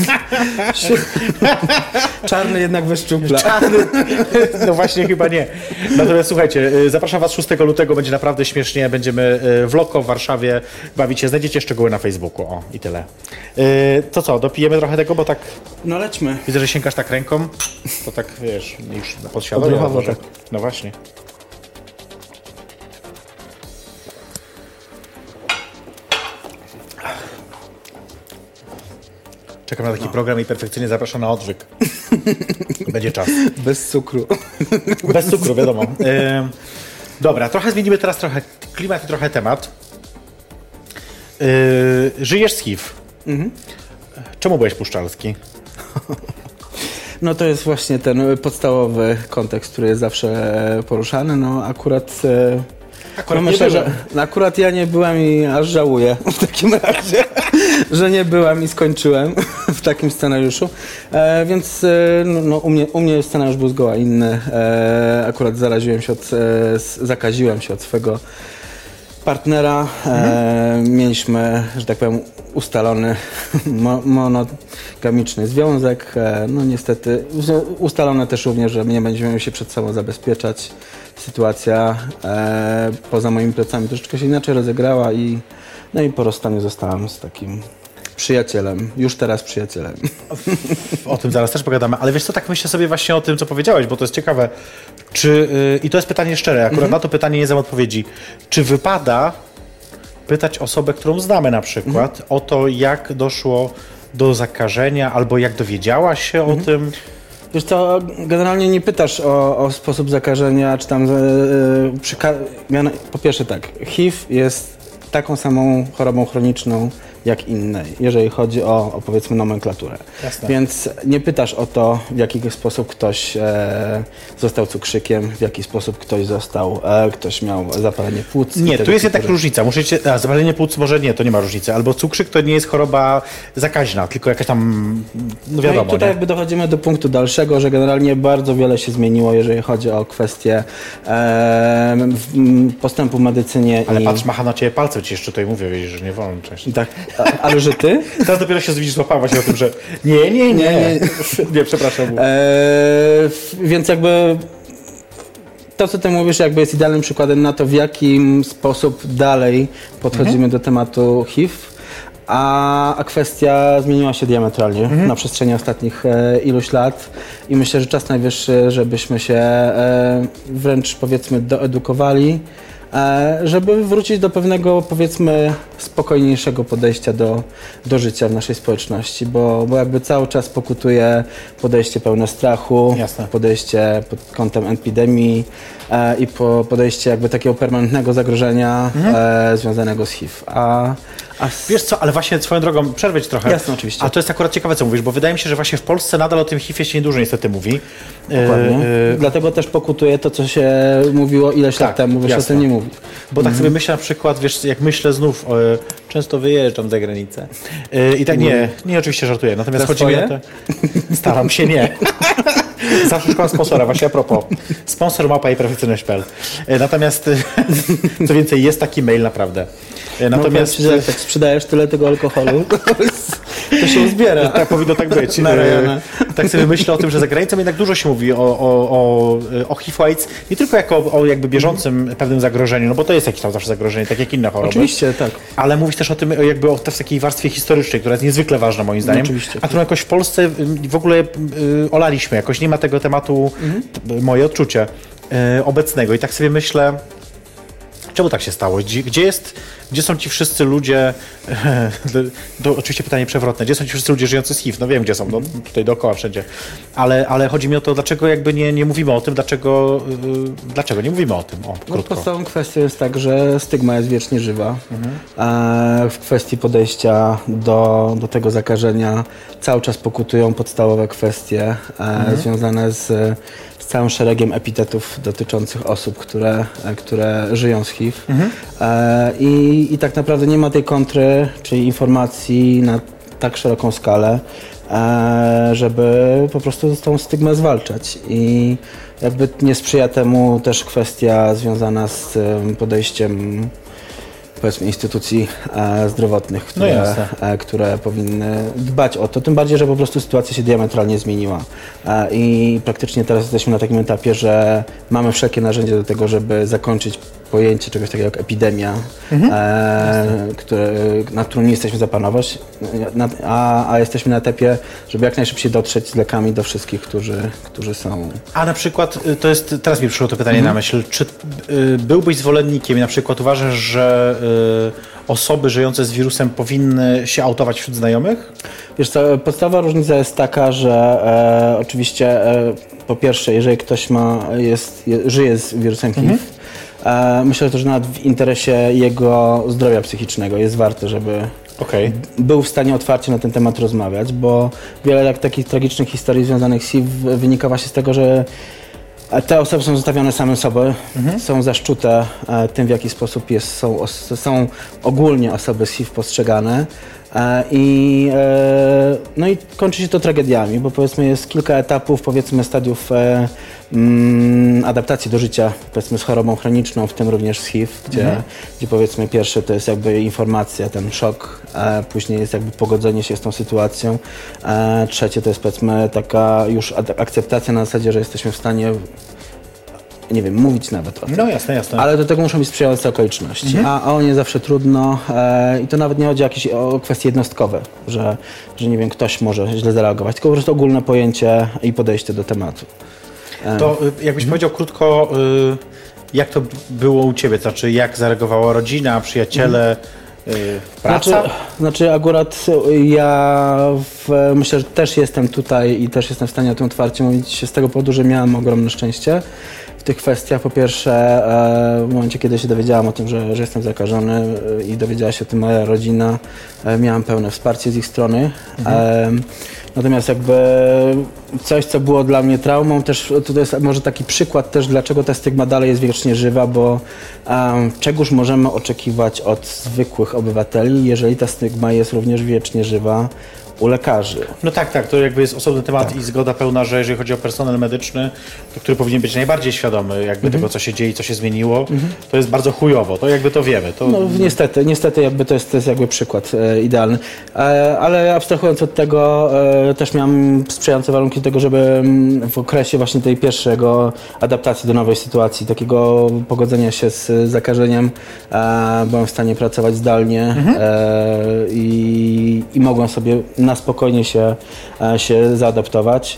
Czarny jednak wyszczupla. No właśnie chyba nie. Natomiast słuchajcie, y, zapraszam was szóstego lutego, będzie naprawdę śmiesznie, będziemy y, w Loko w Warszawie bawić się, znajdziecie szczegóły na Facebooku, o i tyle. Y, to co, dopijemy trochę tego, bo tak No lećmy. widzę, że sięgasz tak ręką, to tak wiesz, już podświadomie. Odruchowo może. tak. No właśnie. Czekam na taki program i perfekcyjnie zapraszam na odwyk. Będzie czas. Bez cukru. Bez cukru, wiadomo. Ym, Dobra, trochę zmienimy teraz trochę klimat i trochę temat. Yy, żyjesz z H I V. Mhm. Czemu byłeś puszczalski? No to jest właśnie ten podstawowy kontekst, który jest zawsze poruszany. No akurat... Akurat, no myślę, że akurat ja nie byłem i aż żałuję w takim razie, że nie byłem i skończyłem w takim scenariuszu. E, więc no, u, mnie, u mnie scenariusz był zgoła inny. E, akurat zaraziłem się od, e, zakaziłem się od swego partnera. E, mieliśmy, że tak powiem, ustalony mo, monogamiczny związek. E, no niestety ustalone też również, że nie będziemy się przed sobą zabezpieczać. Sytuacja e, poza moimi plecami troszeczkę się inaczej rozegrała i no i po rozstaniu zostałam z takim przyjacielem, już teraz przyjacielem. O tym zaraz też pogadamy, ale wiesz co, tak myślę sobie właśnie o tym, co powiedziałeś, bo to jest ciekawe. Czy, yy, i to jest pytanie szczere, akurat mhm. na to pytanie nie znam odpowiedzi. Czy wypada pytać osobę, którą znamy na przykład, mhm. o to, jak doszło do zakażenia, albo jak dowiedziałaś się mhm. o tym? Wiesz co, generalnie nie pytasz o, o sposób zakażenia, czy tam... Yy, przy, po pierwsze tak, H I V jest taką samą chorobą chroniczną jak inne, jeżeli chodzi o, o powiedzmy nomenklaturę. Jasne. Więc nie pytasz o to, w jaki sposób ktoś e, został cukrzykiem, w jaki sposób ktoś został, e, ktoś miał zapalenie płuc. Nie, tu jest jednak różnica. Muszę cię, a, zapalenie płuc może nie, to nie ma różnicy. Albo cukrzyk to nie jest choroba zakaźna, tylko jakaś tam, no wiadomo. No i tutaj nie? jakby dochodzimy do punktu dalszego, że generalnie bardzo wiele się zmieniło, jeżeli chodzi o kwestie e, postępu w medycynie. Ale i... patrz, macha na ciebie palcem, ci jeszcze tutaj mówię, wiesz, że nie wolno częściej. Tak, a, ale że ty? Teraz dopiero się widzisz, złapałaś się o tym, że nie, nie, nie, nie, nie, nie przepraszam. E, więc jakby to, co ty mówisz, jakby jest idealnym przykładem na to, w jaki sposób dalej podchodzimy mhm. do tematu H I V, a, a kwestia zmieniła się diametralnie mhm. na przestrzeni ostatnich e, iluś lat i myślę, że czas najwyższy, żebyśmy się e, wręcz powiedzmy doedukowali, żeby wrócić do pewnego, powiedzmy, spokojniejszego podejścia do, do życia w naszej społeczności, bo, bo jakby cały czas pokutuje podejście pełne strachu, Jasne. podejście pod kątem epidemii e, i po, podejście jakby takiego permanentnego zagrożenia mhm. e, związanego z H I V. A, a z... Wiesz co, ale właśnie swoją drogą, przerwę ci trochę. Jasne, oczywiście. A to jest akurat ciekawe, co mówisz, bo wydaje mi się, że właśnie w Polsce nadal o tym H I V-ie się niedużo niestety mówi. Dokładnie. E, Dlatego też pokutuje to, co się mówiło ileś tak, lat temu, bo się o tym nie mówi. Bo tak sobie myślę na przykład, wiesz, jak myślę znów, o, często wyjeżdżam za granicę. E, I tak nie, nie oczywiście żartuję, natomiast za chodzi swoje? mi o to... Staram się nie. Zawsze szukam sponsora, właśnie a propos. Sponsor małpa i perfekcyjność kropka p l. Natomiast, co więcej, jest taki mail naprawdę. Natomiast... No, że jak tak sprzedajesz tyle tego alkoholu, to się uzbiera. Tak powinno tak być. Na rejony. Tak sobie myślę o tym, że za granicą jednak dużo się mówi o, o, o, o H I V AIDS, nie tylko jako o, o jakby bieżącym pewnym zagrożeniu, no bo to jest jakieś tam zawsze zagrożenie, tak jak inne choroby. Oczywiście, tak. Ale mówisz też o tym jakby o takiej warstwie historycznej, która jest niezwykle ważna moim zdaniem, oczywiście, a którą jakoś w Polsce w ogóle y, olaliśmy, jakoś nie ma tego tematu, mhm. t, moje odczucie, y, obecnego i tak sobie myślę, czemu tak się stało? Gdzie, gdzie, jest, gdzie są ci wszyscy ludzie, to, to oczywiście pytanie przewrotne, gdzie są ci wszyscy ludzie żyjący z H I V? No wiem, gdzie są, no, tutaj dookoła wszędzie, ale, ale chodzi mi o to, dlaczego jakby nie, nie mówimy o tym, dlaczego, yy, dlaczego nie mówimy o tym, o, krótko. No, podstawową kwestią jest tak, że stygma jest wiecznie żywa. Mhm. E, w kwestii podejścia do, do tego zakażenia cały czas pokutują podstawowe kwestie e, mhm. związane z z całym szeregiem epitetów dotyczących osób, które, które żyją z H I V. Mhm. E, i, I tak naprawdę nie ma tej kontry, czyli informacji na tak szeroką skalę, e, żeby po prostu tą stygmę zwalczać. I jakby nie sprzyja temu też kwestia związana z podejściem powiedzmy instytucji e, zdrowotnych, które, no e, które powinny dbać o to, tym bardziej, że po prostu sytuacja się diametralnie zmieniła e, i praktycznie teraz jesteśmy na takim etapie, że mamy wszelkie narzędzia do tego, żeby zakończyć pojęcie czegoś takiego jak epidemia, mhm. e, które, nad którą nie jesteśmy zapanować, na, a, a jesteśmy na etapie, żeby jak najszybciej dotrzeć z lekami do wszystkich, którzy, którzy są. A na przykład, to jest, teraz mi przyszło to pytanie mhm. na myśl, czy y, byłbyś zwolennikiem i na przykład uważasz, że y, osoby żyjące z wirusem powinny się autować wśród znajomych? Wiesz co, podstawowa różnica jest taka, że e, oczywiście e, po pierwsze, jeżeli ktoś ma, jest, je, żyje z wirusem H I V, mhm. e, myślę, że to, że nawet w interesie jego zdrowia psychicznego jest warte, żeby Okay. był w stanie otwarcie na ten temat rozmawiać, bo wiele tak, takich tragicznych historii związanych z H I V wynika właśnie z tego, że te osoby są zostawione same sobie, mhm. są zaszczute e, tym, w jaki sposób jest, są, os, są ogólnie osoby z H I V postrzegane. I, no i kończy się to tragediami, bo powiedzmy jest kilka etapów, powiedzmy stadiów e, mm, adaptacji do życia, powiedzmy z chorobą chroniczną, w tym również z H I V, gdzie, mhm. gdzie powiedzmy pierwsze to jest jakby informacja, ten szok, e, później jest jakby pogodzenie się z tą sytuacją, e, trzecie to jest powiedzmy taka już akceptacja na zasadzie, że jesteśmy w stanie nie wiem, mówić nawet o tym. No jasne, jasne. Ale do tego muszą być sprzyjające okoliczności, mhm. a, a o nie zawsze trudno e, i to nawet nie chodzi o jakieś o kwestie jednostkowe, że, że nie wiem, ktoś może źle zareagować, tylko po prostu ogólne pojęcie i podejście do tematu. E, to jakbyś mhm. powiedział krótko, y, jak to było u Ciebie, znaczy jak zareagowała rodzina, przyjaciele, mhm. y, praca? Znaczy, znaczy akurat ja w, myślę, że też jestem tutaj i też jestem w stanie o tym otwarcie mówić z tego powodu, że miałam ogromne szczęście w tych kwestiach. Po pierwsze, w momencie, kiedy się dowiedziałam o tym, że, że jestem zakażony i dowiedziała się o tym moja rodzina, miałam pełne wsparcie z ich strony. Mhm. Natomiast jakby coś, co było dla mnie traumą, też to jest może taki przykład też, dlaczego ta stygma dalej jest wiecznie żywa, bo um, czegoż możemy oczekiwać od zwykłych obywateli, jeżeli ta stygma jest również wiecznie żywa u lekarzy. No tak, tak, to jakby jest osobny temat tak. I zgoda pełna, że jeżeli chodzi o personel medyczny, to który powinien być najbardziej świadomy jakby mhm. tego, co się dzieje i co się zmieniło, mhm. to jest bardzo chujowo, to jakby to wiemy. To... No niestety, niestety jakby to jest, to jest jakby przykład e, idealny. E, ale abstrahując od tego, e, też miałem sprzyjające warunki do tego, żeby w okresie właśnie tej pierwszego adaptacji do nowej sytuacji, takiego pogodzenia się z zakażeniem, e, byłem w stanie pracować zdalnie mhm. e, i, i mogłem sobie na spokojnie się, się zaadaptować.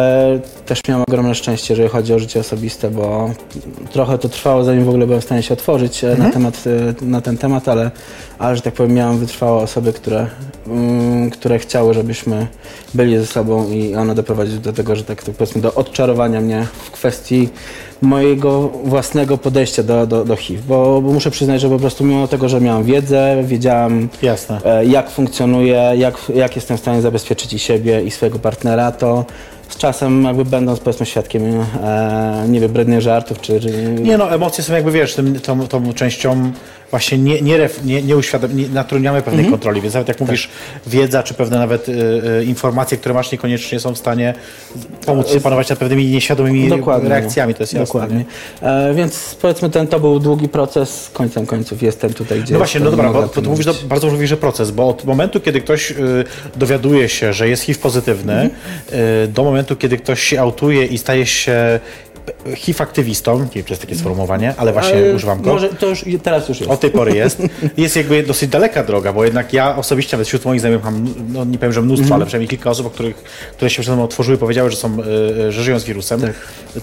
Też miałem ogromne szczęście, jeżeli chodzi o życie osobiste, bo trochę to trwało, zanim w ogóle byłem w stanie się otworzyć mhm. na, temat, na ten temat, ale, ale, że tak powiem, miałem wytrwałe osoby, które, które chciały, żebyśmy byli ze sobą i one doprowadziły do tego, że tak, tak powiedzmy, do odczarowania mnie w kwestii mojego własnego podejścia do, do, do H I V, bo, bo muszę przyznać, że po prostu mimo tego, że miałem wiedzę, wiedziałem Jasne. jak funkcjonuje, jak, jak jestem w stanie zabezpieczyć i siebie, i swojego partnera, to z czasem jakby będąc powiedzmy świadkiem e, nie wiem, brednych żartów, czy, czy... Nie no, emocje są jakby, wiesz, tym, tą, tą częścią właśnie nie, nie, ref, nie, nie, uświadom, nie natrudniamy pewnej mhm. kontroli, więc nawet jak mówisz, tak. wiedza, czy pewne nawet y, y, informacje, które masz, niekoniecznie są w stanie pomóc sobie panować nad pewnymi nieświadomymi Dokładnie. reakcjami, to jest jasne. Dokładnie. E, więc powiedzmy, ten to był długi proces, końcem końców jestem tutaj, gdzie... No właśnie, no dobra, bo, bo to mówisz, do, bardzo mówisz, że proces, bo od momentu, kiedy ktoś y, dowiaduje się, że jest H I V pozytywny, mhm. y, do momentu, kiedy ktoś się autuje i staje się H I V aktywistą, nie wiem, czy jest takie sformułowanie, ale właśnie ale używam go. Może to już teraz już jest. Od tej pory jest. Jest jakby dosyć daleka droga, bo jednak ja osobiście, nawet wśród moich znajomych mam, no nie powiem, że mnóstwo, mm. ale przynajmniej kilka osób, o których, które się przed mną otworzyły, powiedziały, że są, że żyją z wirusem. Tak.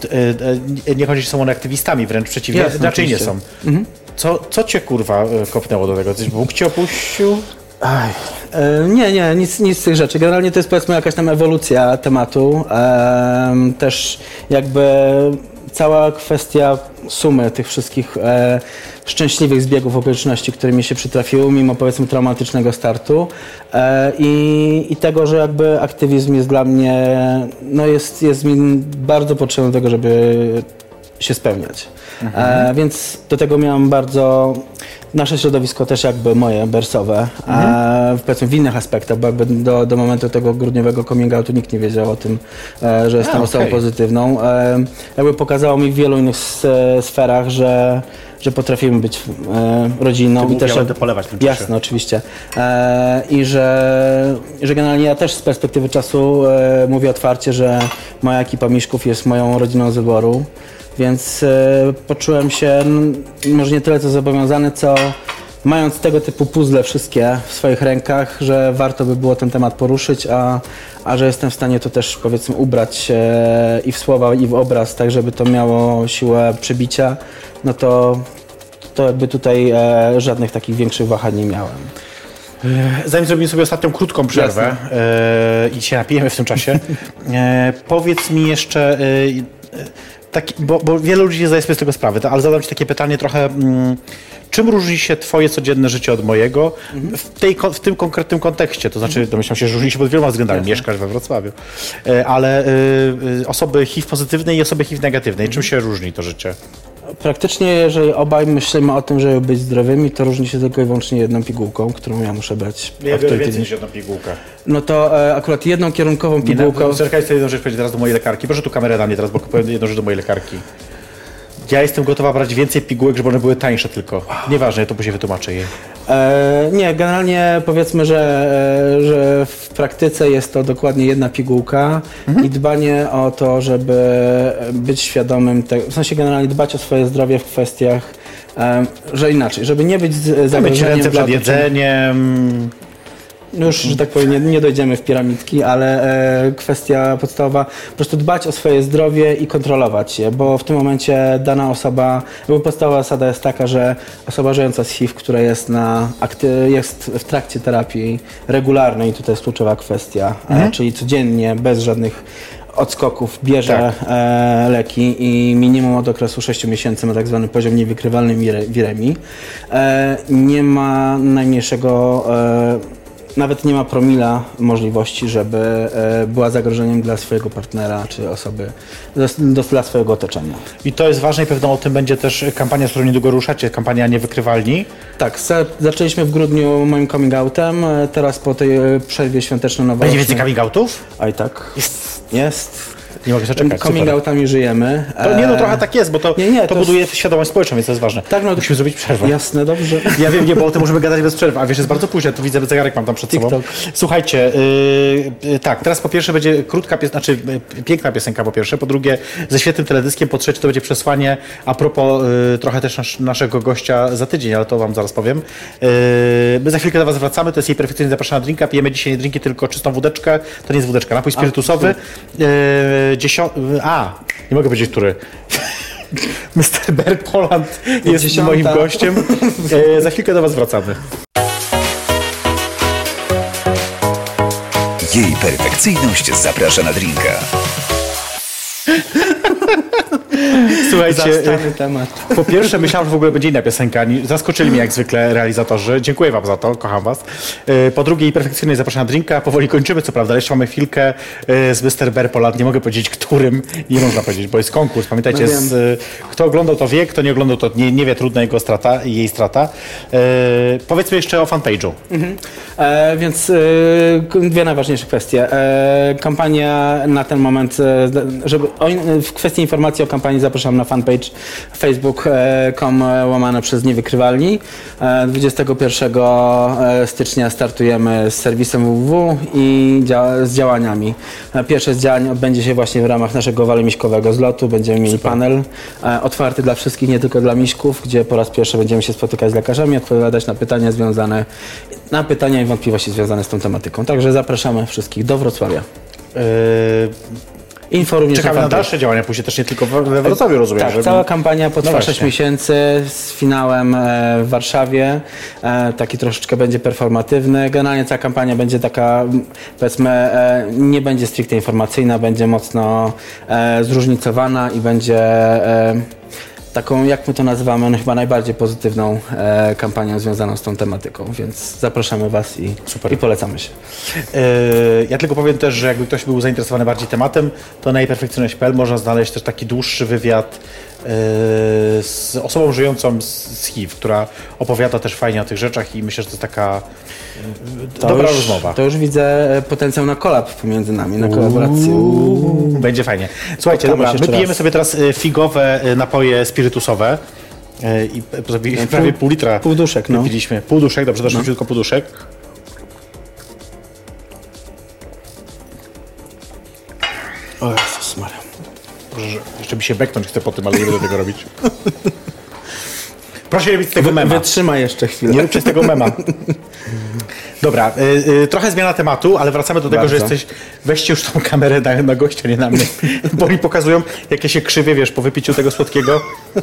Nie chodzi, że są one aktywistami, wręcz przeciwnie, Jasne, raczej oczywiście. nie są. Mm. Co, co cię kurwa kopnęło do tego? Coś Bóg cię opuścił? Aj, e, nie, nie, nic, nic z tych rzeczy. Generalnie to jest powiedzmy jakaś tam ewolucja tematu. E, też jakby cała kwestia sumy tych wszystkich e, szczęśliwych zbiegów okoliczności, które mi się przytrafiły, mimo powiedzmy traumatycznego startu e, i, i tego, że jakby aktywizm jest dla mnie, no jest, jest mi bardzo potrzebny do tego, żeby się spełniać. Mhm. E, więc do tego miałam bardzo... Nasze środowisko też jakby moje, bersowe, mhm. a powiedzmy w innych aspektach, bo jakby do, do momentu tego grudniowego coming outu nikt nie wiedział o tym, e, że jestem a, osobą okay. pozytywną. E, jakby pokazało mi w wielu innych sferach, że, że potrafimy być e, rodziną. Ty i też ja będę polewać w tym czasie. Jasne, oczywiście. E, I że, że generalnie ja też z perspektywy czasu e, mówię otwarcie, że moja ekipa Miszków jest moją rodziną z wyboru. Więc e, poczułem się może nie tyle co zobowiązany, co mając tego typu puzzle wszystkie w swoich rękach, że warto by było ten temat poruszyć, a, a że jestem w stanie to też powiedzmy ubrać e, i w słowa, i w obraz, tak żeby to miało siłę przebicia, no to, to jakby tutaj e, żadnych takich większych wahań nie miałem. Zanim zrobimy sobie ostatnią krótką przerwę e, i się napijemy w tym czasie, e, powiedz mi jeszcze... E, taki, bo, bo wielu ludzi nie zdaje sobie z tego sprawy, to, ale zadam ci takie pytanie trochę, mm, czym różni się twoje codzienne życie od mojego mhm. w, tej, w tym konkretnym kontekście? To znaczy, domyślam się, że różni się pod wieloma względami. Jasne. Mieszkasz we Wrocławiu. Ale y, y, osoby H I V pozytywnej i osoby H I V negatywnej, mhm. czym się różni to życie? Praktycznie, jeżeli obaj myślimy o tym, żeby być zdrowymi, to różni się tylko i wyłącznie jedną pigułką, którą ja muszę brać. Ja biorę więcej niż jedną pigułkę. No to e, akurat jedną kierunkową pigułką... Czekaj, chcę jedną rzecz powiedzieć teraz do mojej lekarki. Proszę tu kamerę na mnie teraz, bo powiem jedną rzecz do mojej lekarki. Ja jestem gotowa brać więcej pigułek, żeby one były tańsze tylko. Nieważne, ja to później wytłumaczę jej. E, nie, generalnie powiedzmy, że, e, że w praktyce jest to dokładnie jedna pigułka mhm. i dbanie o to, żeby być świadomym tego, w sensie generalnie dbać o swoje zdrowie w kwestiach, e, że inaczej, żeby nie być zagrożeniem ręce przed jedzeniem. Już, że tak powiem, nie, nie dojdziemy w piramidki, ale e, kwestia podstawowa, po prostu dbać o swoje zdrowie i kontrolować je, bo w tym momencie dana osoba, bo podstawowa zasada jest taka, że osoba żyjąca z H I V, która jest, na akty, jest w trakcie terapii regularnej, tutaj jest kluczowa kwestia, mhm. e, czyli codziennie, bez żadnych odskoków bierze tak. e, leki i minimum od okresu sześciu miesięcy ma tak zwany poziom niewykrywalny wiremii. E, nie ma najmniejszego e, Nawet nie ma promila możliwości, żeby e, była zagrożeniem dla swojego partnera czy osoby, do, do, dla swojego otoczenia. I to jest ważne i pewno o tym będzie też kampania, z którą niedługo ruszacie, kampania Niewykrywalni. Tak, za, zaczęliśmy w grudniu moim coming outem, teraz po tej przerwie świąteczno-noworocznej. Będzie więcej coming outów? Oj tak, jest. jest. Nie mogę się czekać. Coming outami żyjemy. To nie, no trochę tak jest, bo to, nie, nie, to, to buduje jest... świadomość społeczną, więc to jest ważne. Tak, no, musimy zrobić przerwę. Jasne, dobrze. Ja wiem, nie, bo o tym możemy gadać bez przerwy, a wiesz, jest bardzo późno, tu widzę, zegarek mam tam przed TikTok. sobą. Słuchajcie, yy, yy, tak, teraz po pierwsze będzie krótka piosenka, znaczy yy, piękna piosenka po pierwsze, po drugie ze świetnym teledyskiem, po trzecie to będzie przesłanie a propos yy, trochę też nasz, naszego gościa za tydzień, ale to wam zaraz powiem. Yy, my za chwilkę do was wracamy, to jest jej perfekcyjnie zapraszana na drinka, pijemy dzisiaj nie drinki, tylko czystą wódeczkę, to nie jest wódeczka, napój spirytusowy. Yy, dziesio... A, nie mogę powiedzieć, który. mister Bear Poland jest Dziesiąta. moim gościem. E, za chwilkę do was wracamy. Jej perfekcyjność zaprasza na drinka. Słuchajcie, Zastany temat. Po pierwsze myślałem, że w ogóle będzie inna piosenka. Zaskoczyli mnie jak zwykle realizatorzy. Dziękuję wam za to, kocham was. Po drugie, i perfekcyjnie zapraszam na drinka. Powoli kończymy, co prawda, ale jeszcze mamy chwilkę z mister Bear Poland. Nie mogę powiedzieć, którym. Nie można powiedzieć, bo jest konkurs. Pamiętajcie, no z, kto oglądał to wie, kto nie oglądał to nie, nie wie, trudna jego strata i jej strata. E, powiedzmy jeszcze o fanpage'u. Mhm. E, więc e, dwie najważniejsze kwestie. E, kampania na ten moment, e, żeby o, w kwestii informacji o kampanii zapraszam na fanpage facebook kropka com łamane przez Niewykrywalni. dwudziestego pierwszego stycznia startujemy z serwisem www i dzia- z działaniami. Pierwsze z działań odbędzie się właśnie w ramach naszego walomiśkowego zlotu. Będziemy mieli Super. panel otwarty dla wszystkich, nie tylko dla miśków, gdzie po raz pierwszy będziemy się spotykać z lekarzami, odpowiadać na pytania związane, na pytania i wątpliwości związane z tą tematyką. Także zapraszamy wszystkich do Wrocławia. Yy... Info również Czekamy na, na dalsze działania, później też nie tylko we Wrocławiu, rozumiem. Tak, żeby... cała kampania potrwa no sześć miesięcy z finałem w Warszawie. Taki troszeczkę będzie performatywny. Generalnie cała kampania będzie taka, powiedzmy, nie będzie stricte informacyjna, będzie mocno zróżnicowana i będzie taką, jak my to nazywamy, no chyba najbardziej pozytywną e, kampanią związaną z tą tematyką, więc zapraszamy was i, Super. i polecamy się. Yy, ja tylko powiem też, że jakby ktoś był zainteresowany bardziej tematem, to na jej perfekcyjność kropka p l można znaleźć też taki dłuższy wywiad yy, z osobą żyjącą z, z H I V, która opowiada też fajnie o tych rzeczach i myślę, że to jest taka to dobra już, rozmowa. To już widzę potencjał na kolab pomiędzy nami, na kolaborację. Uuu. Będzie fajnie. Słuchajcie, dobra, my pijemy raz. sobie teraz figowe napoje spirytusowe i prawie, prawie pół litra pół duszek, no. wypiliśmy. Pół duszek, dobrze, doszło no. tylko pół duszek. O Jezus Maria. Boże, jeszcze mi się beknąć chce po tym, ale nie będę tego robić. Proszę nie robić z tego Wy, mema. Wytrzymaj jeszcze chwilę. Nie róbcie z tego mema. Dobra, y, y, trochę zmiana tematu, ale wracamy do tego, Bardzo. że jesteś... Weźcie już tą kamerę na, na gościa, nie na mnie. Bo mi pokazują, jakie się krzywie, wiesz, po wypiciu tego słodkiego.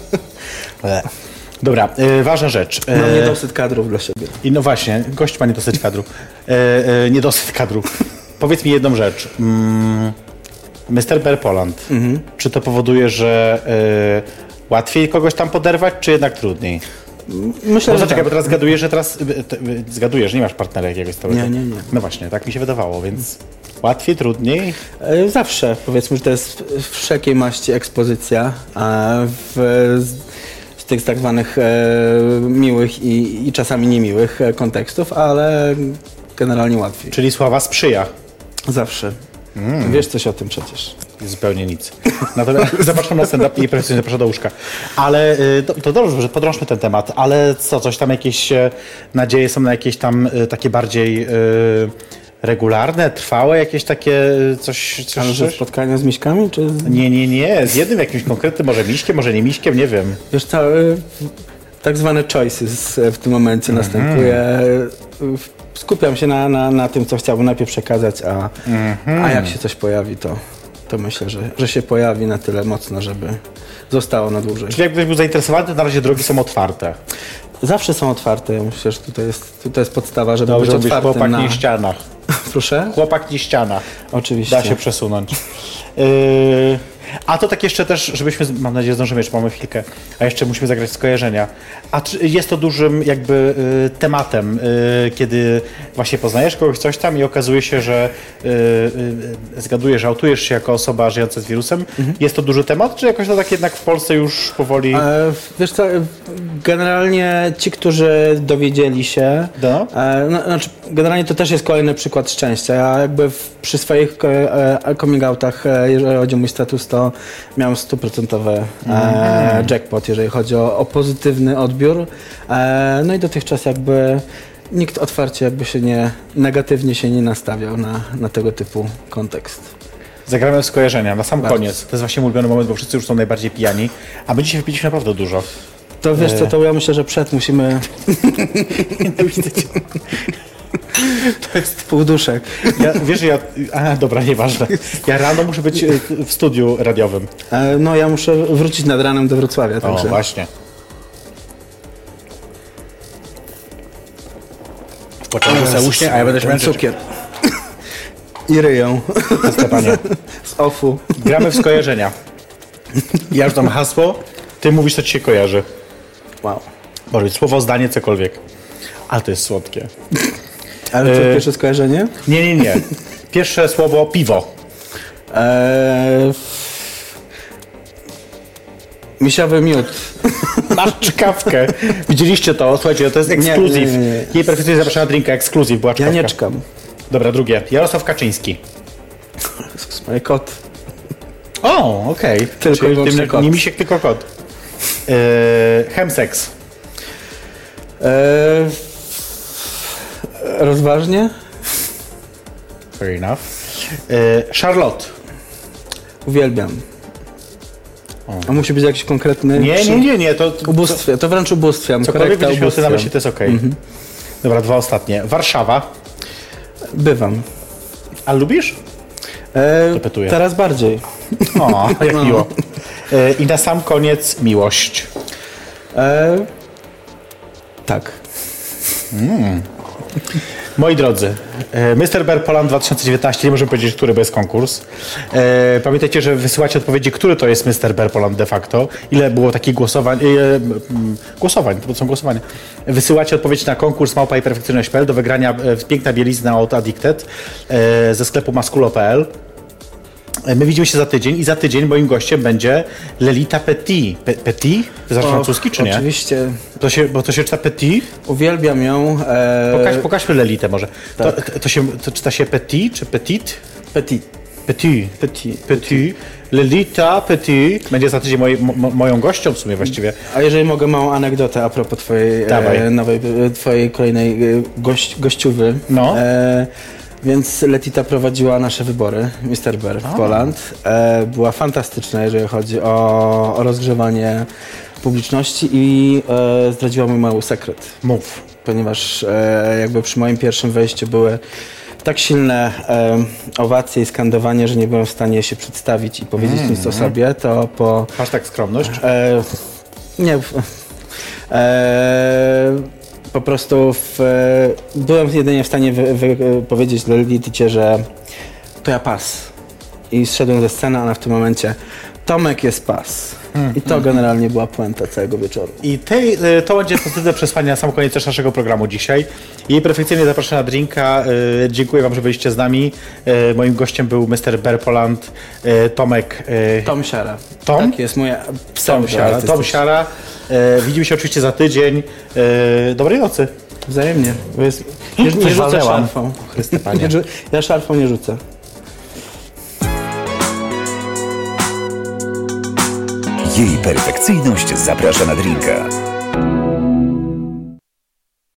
Dobra, y, ważna rzecz. Mam no, niedosyt kadrów dla siebie. I no właśnie, gość ma niedosyt kadrów. Y, y, niedosyt kadrów. Powiedz mi jedną rzecz. Mm, mister Bear Poland. Mhm. Czy to powoduje, że y, łatwiej kogoś tam poderwać, czy jednak trudniej? Myślę, Bo że czekaj, tak. bo teraz zgadujesz, że teraz y, y, y, zgadujesz, nie masz partnera jakiegoś stałego. Nie, nie, nie. No właśnie, tak mi się wydawało, więc łatwiej, trudniej. E, Zawsze, powiedzmy, że to jest wszelkiej maści ekspozycja, a w, z, z tych tak zwanych e, miłych i, i czasami niemiłych e, kontekstów, ale generalnie łatwiej. Czyli sława sprzyja. Zawsze. Wiesz coś o tym przecież. Zupełnie nic. Natomiast zapraszam na stand-up i profesjonalnie zapraszam do łóżka. Ale y, to, to dobrze, że podrążmy ten temat, ale co, coś tam jakieś e, nadzieje są na jakieś tam y, takie bardziej y, regularne, trwałe, jakieś takie y, coś, coś, Ale że coś? spotkania z miśkami, czy... Nie, nie, nie, z jednym jakimś konkretnym, może miśkiem, może nie miśkiem, nie wiem. Wiesz co, y, tak zwane choices w tym momencie następuje. Y, Skupiam się na, na, na tym, co chciałbym najpierw przekazać, a, a jak się coś pojawi, to, to myślę, że, że się pojawi na tyle mocno, żeby zostało na dłużej. Czyli jakbyś był zainteresowany, to na razie drogi są otwarte. Zawsze są otwarte. Ja myślę, że tutaj jest, tutaj jest podstawa, żeby Dobrze być mówisz, otwartym chłopak na... nie ścianach. Proszę? Chłopak nie ścianach. Oczywiście. Da się przesunąć. Yy, a to tak jeszcze też, żebyśmy, mam nadzieję, zdążymy, jeszcze mamy chwilkę, a jeszcze musimy zagrać skojarzenia. A czy jest to dużym jakby y, tematem, y, kiedy właśnie poznajesz kogoś, coś tam i okazuje się, że y, y, zgadujesz, autujesz się jako osoba żyjąca z wirusem. Mhm. Jest to duży temat, czy jakoś to tak jednak w Polsce już powoli... E, wiesz co, generalnie ci, którzy dowiedzieli się, No. e, no, znaczy generalnie to też jest kolejny przykład szczęścia. Ja jakby w, przy swoich e, coming outach, e, jeżeli chodzi o mój status, to miałem stuprocentowy e, jackpot, jeżeli chodzi o, o pozytywny odbiór. E, no i dotychczas jakby nikt otwarcie jakby się nie, negatywnie się nie nastawiał na, na tego typu kontekst. Zagramy w skojarzenia, na sam Bardzo. koniec. To jest właśnie mój ulubiony moment, bo wszyscy już są najbardziej pijani, a my dzisiaj wypiliśmy naprawdę dużo. To wiesz co, to ja myślę, że przed musimy... To jest półduszek. Ja, wiesz, że ja... A, dobra, nieważne. Ja rano muszę być y, w studiu radiowym. E, no ja muszę wrócić nad ranem do Wrocławia, O, także... właśnie. W pociągu se uśnie, a ja będę się męczyć. Cukier. I ryją. Stefanie. Z ofu. Gramy w skojarzenia. Ja już dam hasło, ty mówisz, co ci się kojarzy. Wow. Może być słowo, zdanie, cokolwiek. Ale to jest słodkie. Ale co, E, pierwsze skojarzenie? Nie, nie, nie. Pierwsze słowo, piwo. Eee... Misiowy miód. Masz czkawkę. Widzieliście to? Słuchajcie, to jest ekskluzyw. Nie, nie, nie. Jej perfekcyjnie zapraszana drinka, ekskluzyw, była Ja czkawka. nie czkam. Dobra, drugie. Jarosław Kaczyński. Moje kot. O, okej. Okay. Tylko i Czyli wyłącznie tym- kot. Nie misiek, tylko kot. Yy, chemseks. Eee... Rozważnie? Fair enough. Yy, Charlotte. Uwielbiam. A musi być jakiś konkretny... Nie, nie, nie, nie. To, to, Ubóstwie, to wręcz ubóstwiam. cokolwiek Korekta będziesz miał ty na ubóstwiam. myśli, to jest okej. Okay. Dobra, dwa ostatnie. Warszawa. Bywam. A lubisz? Eee, Dopytuję. teraz bardziej. O, jak No. miło. Yy, I na sam koniec miłość. Eee, tak. Moi drodzy, e, mister Bear Poland dwa tysiące dziewiętnaście, nie możemy powiedzieć, który, bo jest konkurs. E, pamiętajcie, że wysyłacie odpowiedzi, który to jest mister Bear Poland de facto, ile było takich głosowań, e, m, głosowań, to są głosowania. Wysyłacie odpowiedź na konkurs małpa i perfekcyjność kropka p l do wygrania e, piękna bielizna od Addicted e, ze sklepu maskulo kropka p l. My widzimy się za tydzień i za tydzień moim gościem będzie Lelita Petit. Pe, Petit? Ty znasz Och, francuski, czy nie? Oczywiście. To się, bo to się czyta Petit? Uwielbiam ją. Eee, Pokaż, pokażmy Lelitę może. To, tak. to, to, się, to czyta się Petit czy Petit? Petit. Petit. Petit. Petit. Lelita Petit będzie za tydzień moj, mo, moją gością w sumie właściwie. A jeżeli mogę małą anegdotę a propos twojej, Dawaj. e, nowej, e, twojej kolejnej e, gość, gościuwy. No. E, więc Letita prowadziła nasze wybory, mister Bear w Poland. E, była fantastyczna, jeżeli chodzi o, o rozgrzewanie publiczności i e, zdradziła mój mały sekret. Mów. Ponieważ e, jakby przy moim pierwszym wejściu były tak silne e, owacje i skandowanie, że nie byłem w stanie się przedstawić i powiedzieć Mm. nic o sobie, to po... Hashtag skromność. E, nie... E, po prostu w, byłem jedynie w stanie wy, wy, powiedzieć Lelicie, że to ja pas. i zszedłem ze sceny, a ona w tym momencie Tomek jest pas. I to generalnie była puenta całego wieczoru. I tej, y, to będzie pozytywne przesłanie na sam koniec też naszego programu dzisiaj. Jej perfekcyjnie zapraszam na drinka. Y, dziękuję wam, że byliście z nami. Y, moim gościem był mister Berpoland, y, Tomek. Y, Tom Siara. Tom? Tak jest moja Tom Siara. Tom Siara. Y, widzimy się oczywiście za tydzień. Y, dobrej nocy. Wzajemnie. Bo jest, nie, nie rzucę walnęłam. szarfą. Chryste Panie. Nie rzu- ja szarfą nie rzucę. Jej perfekcyjność zaprasza na drinka.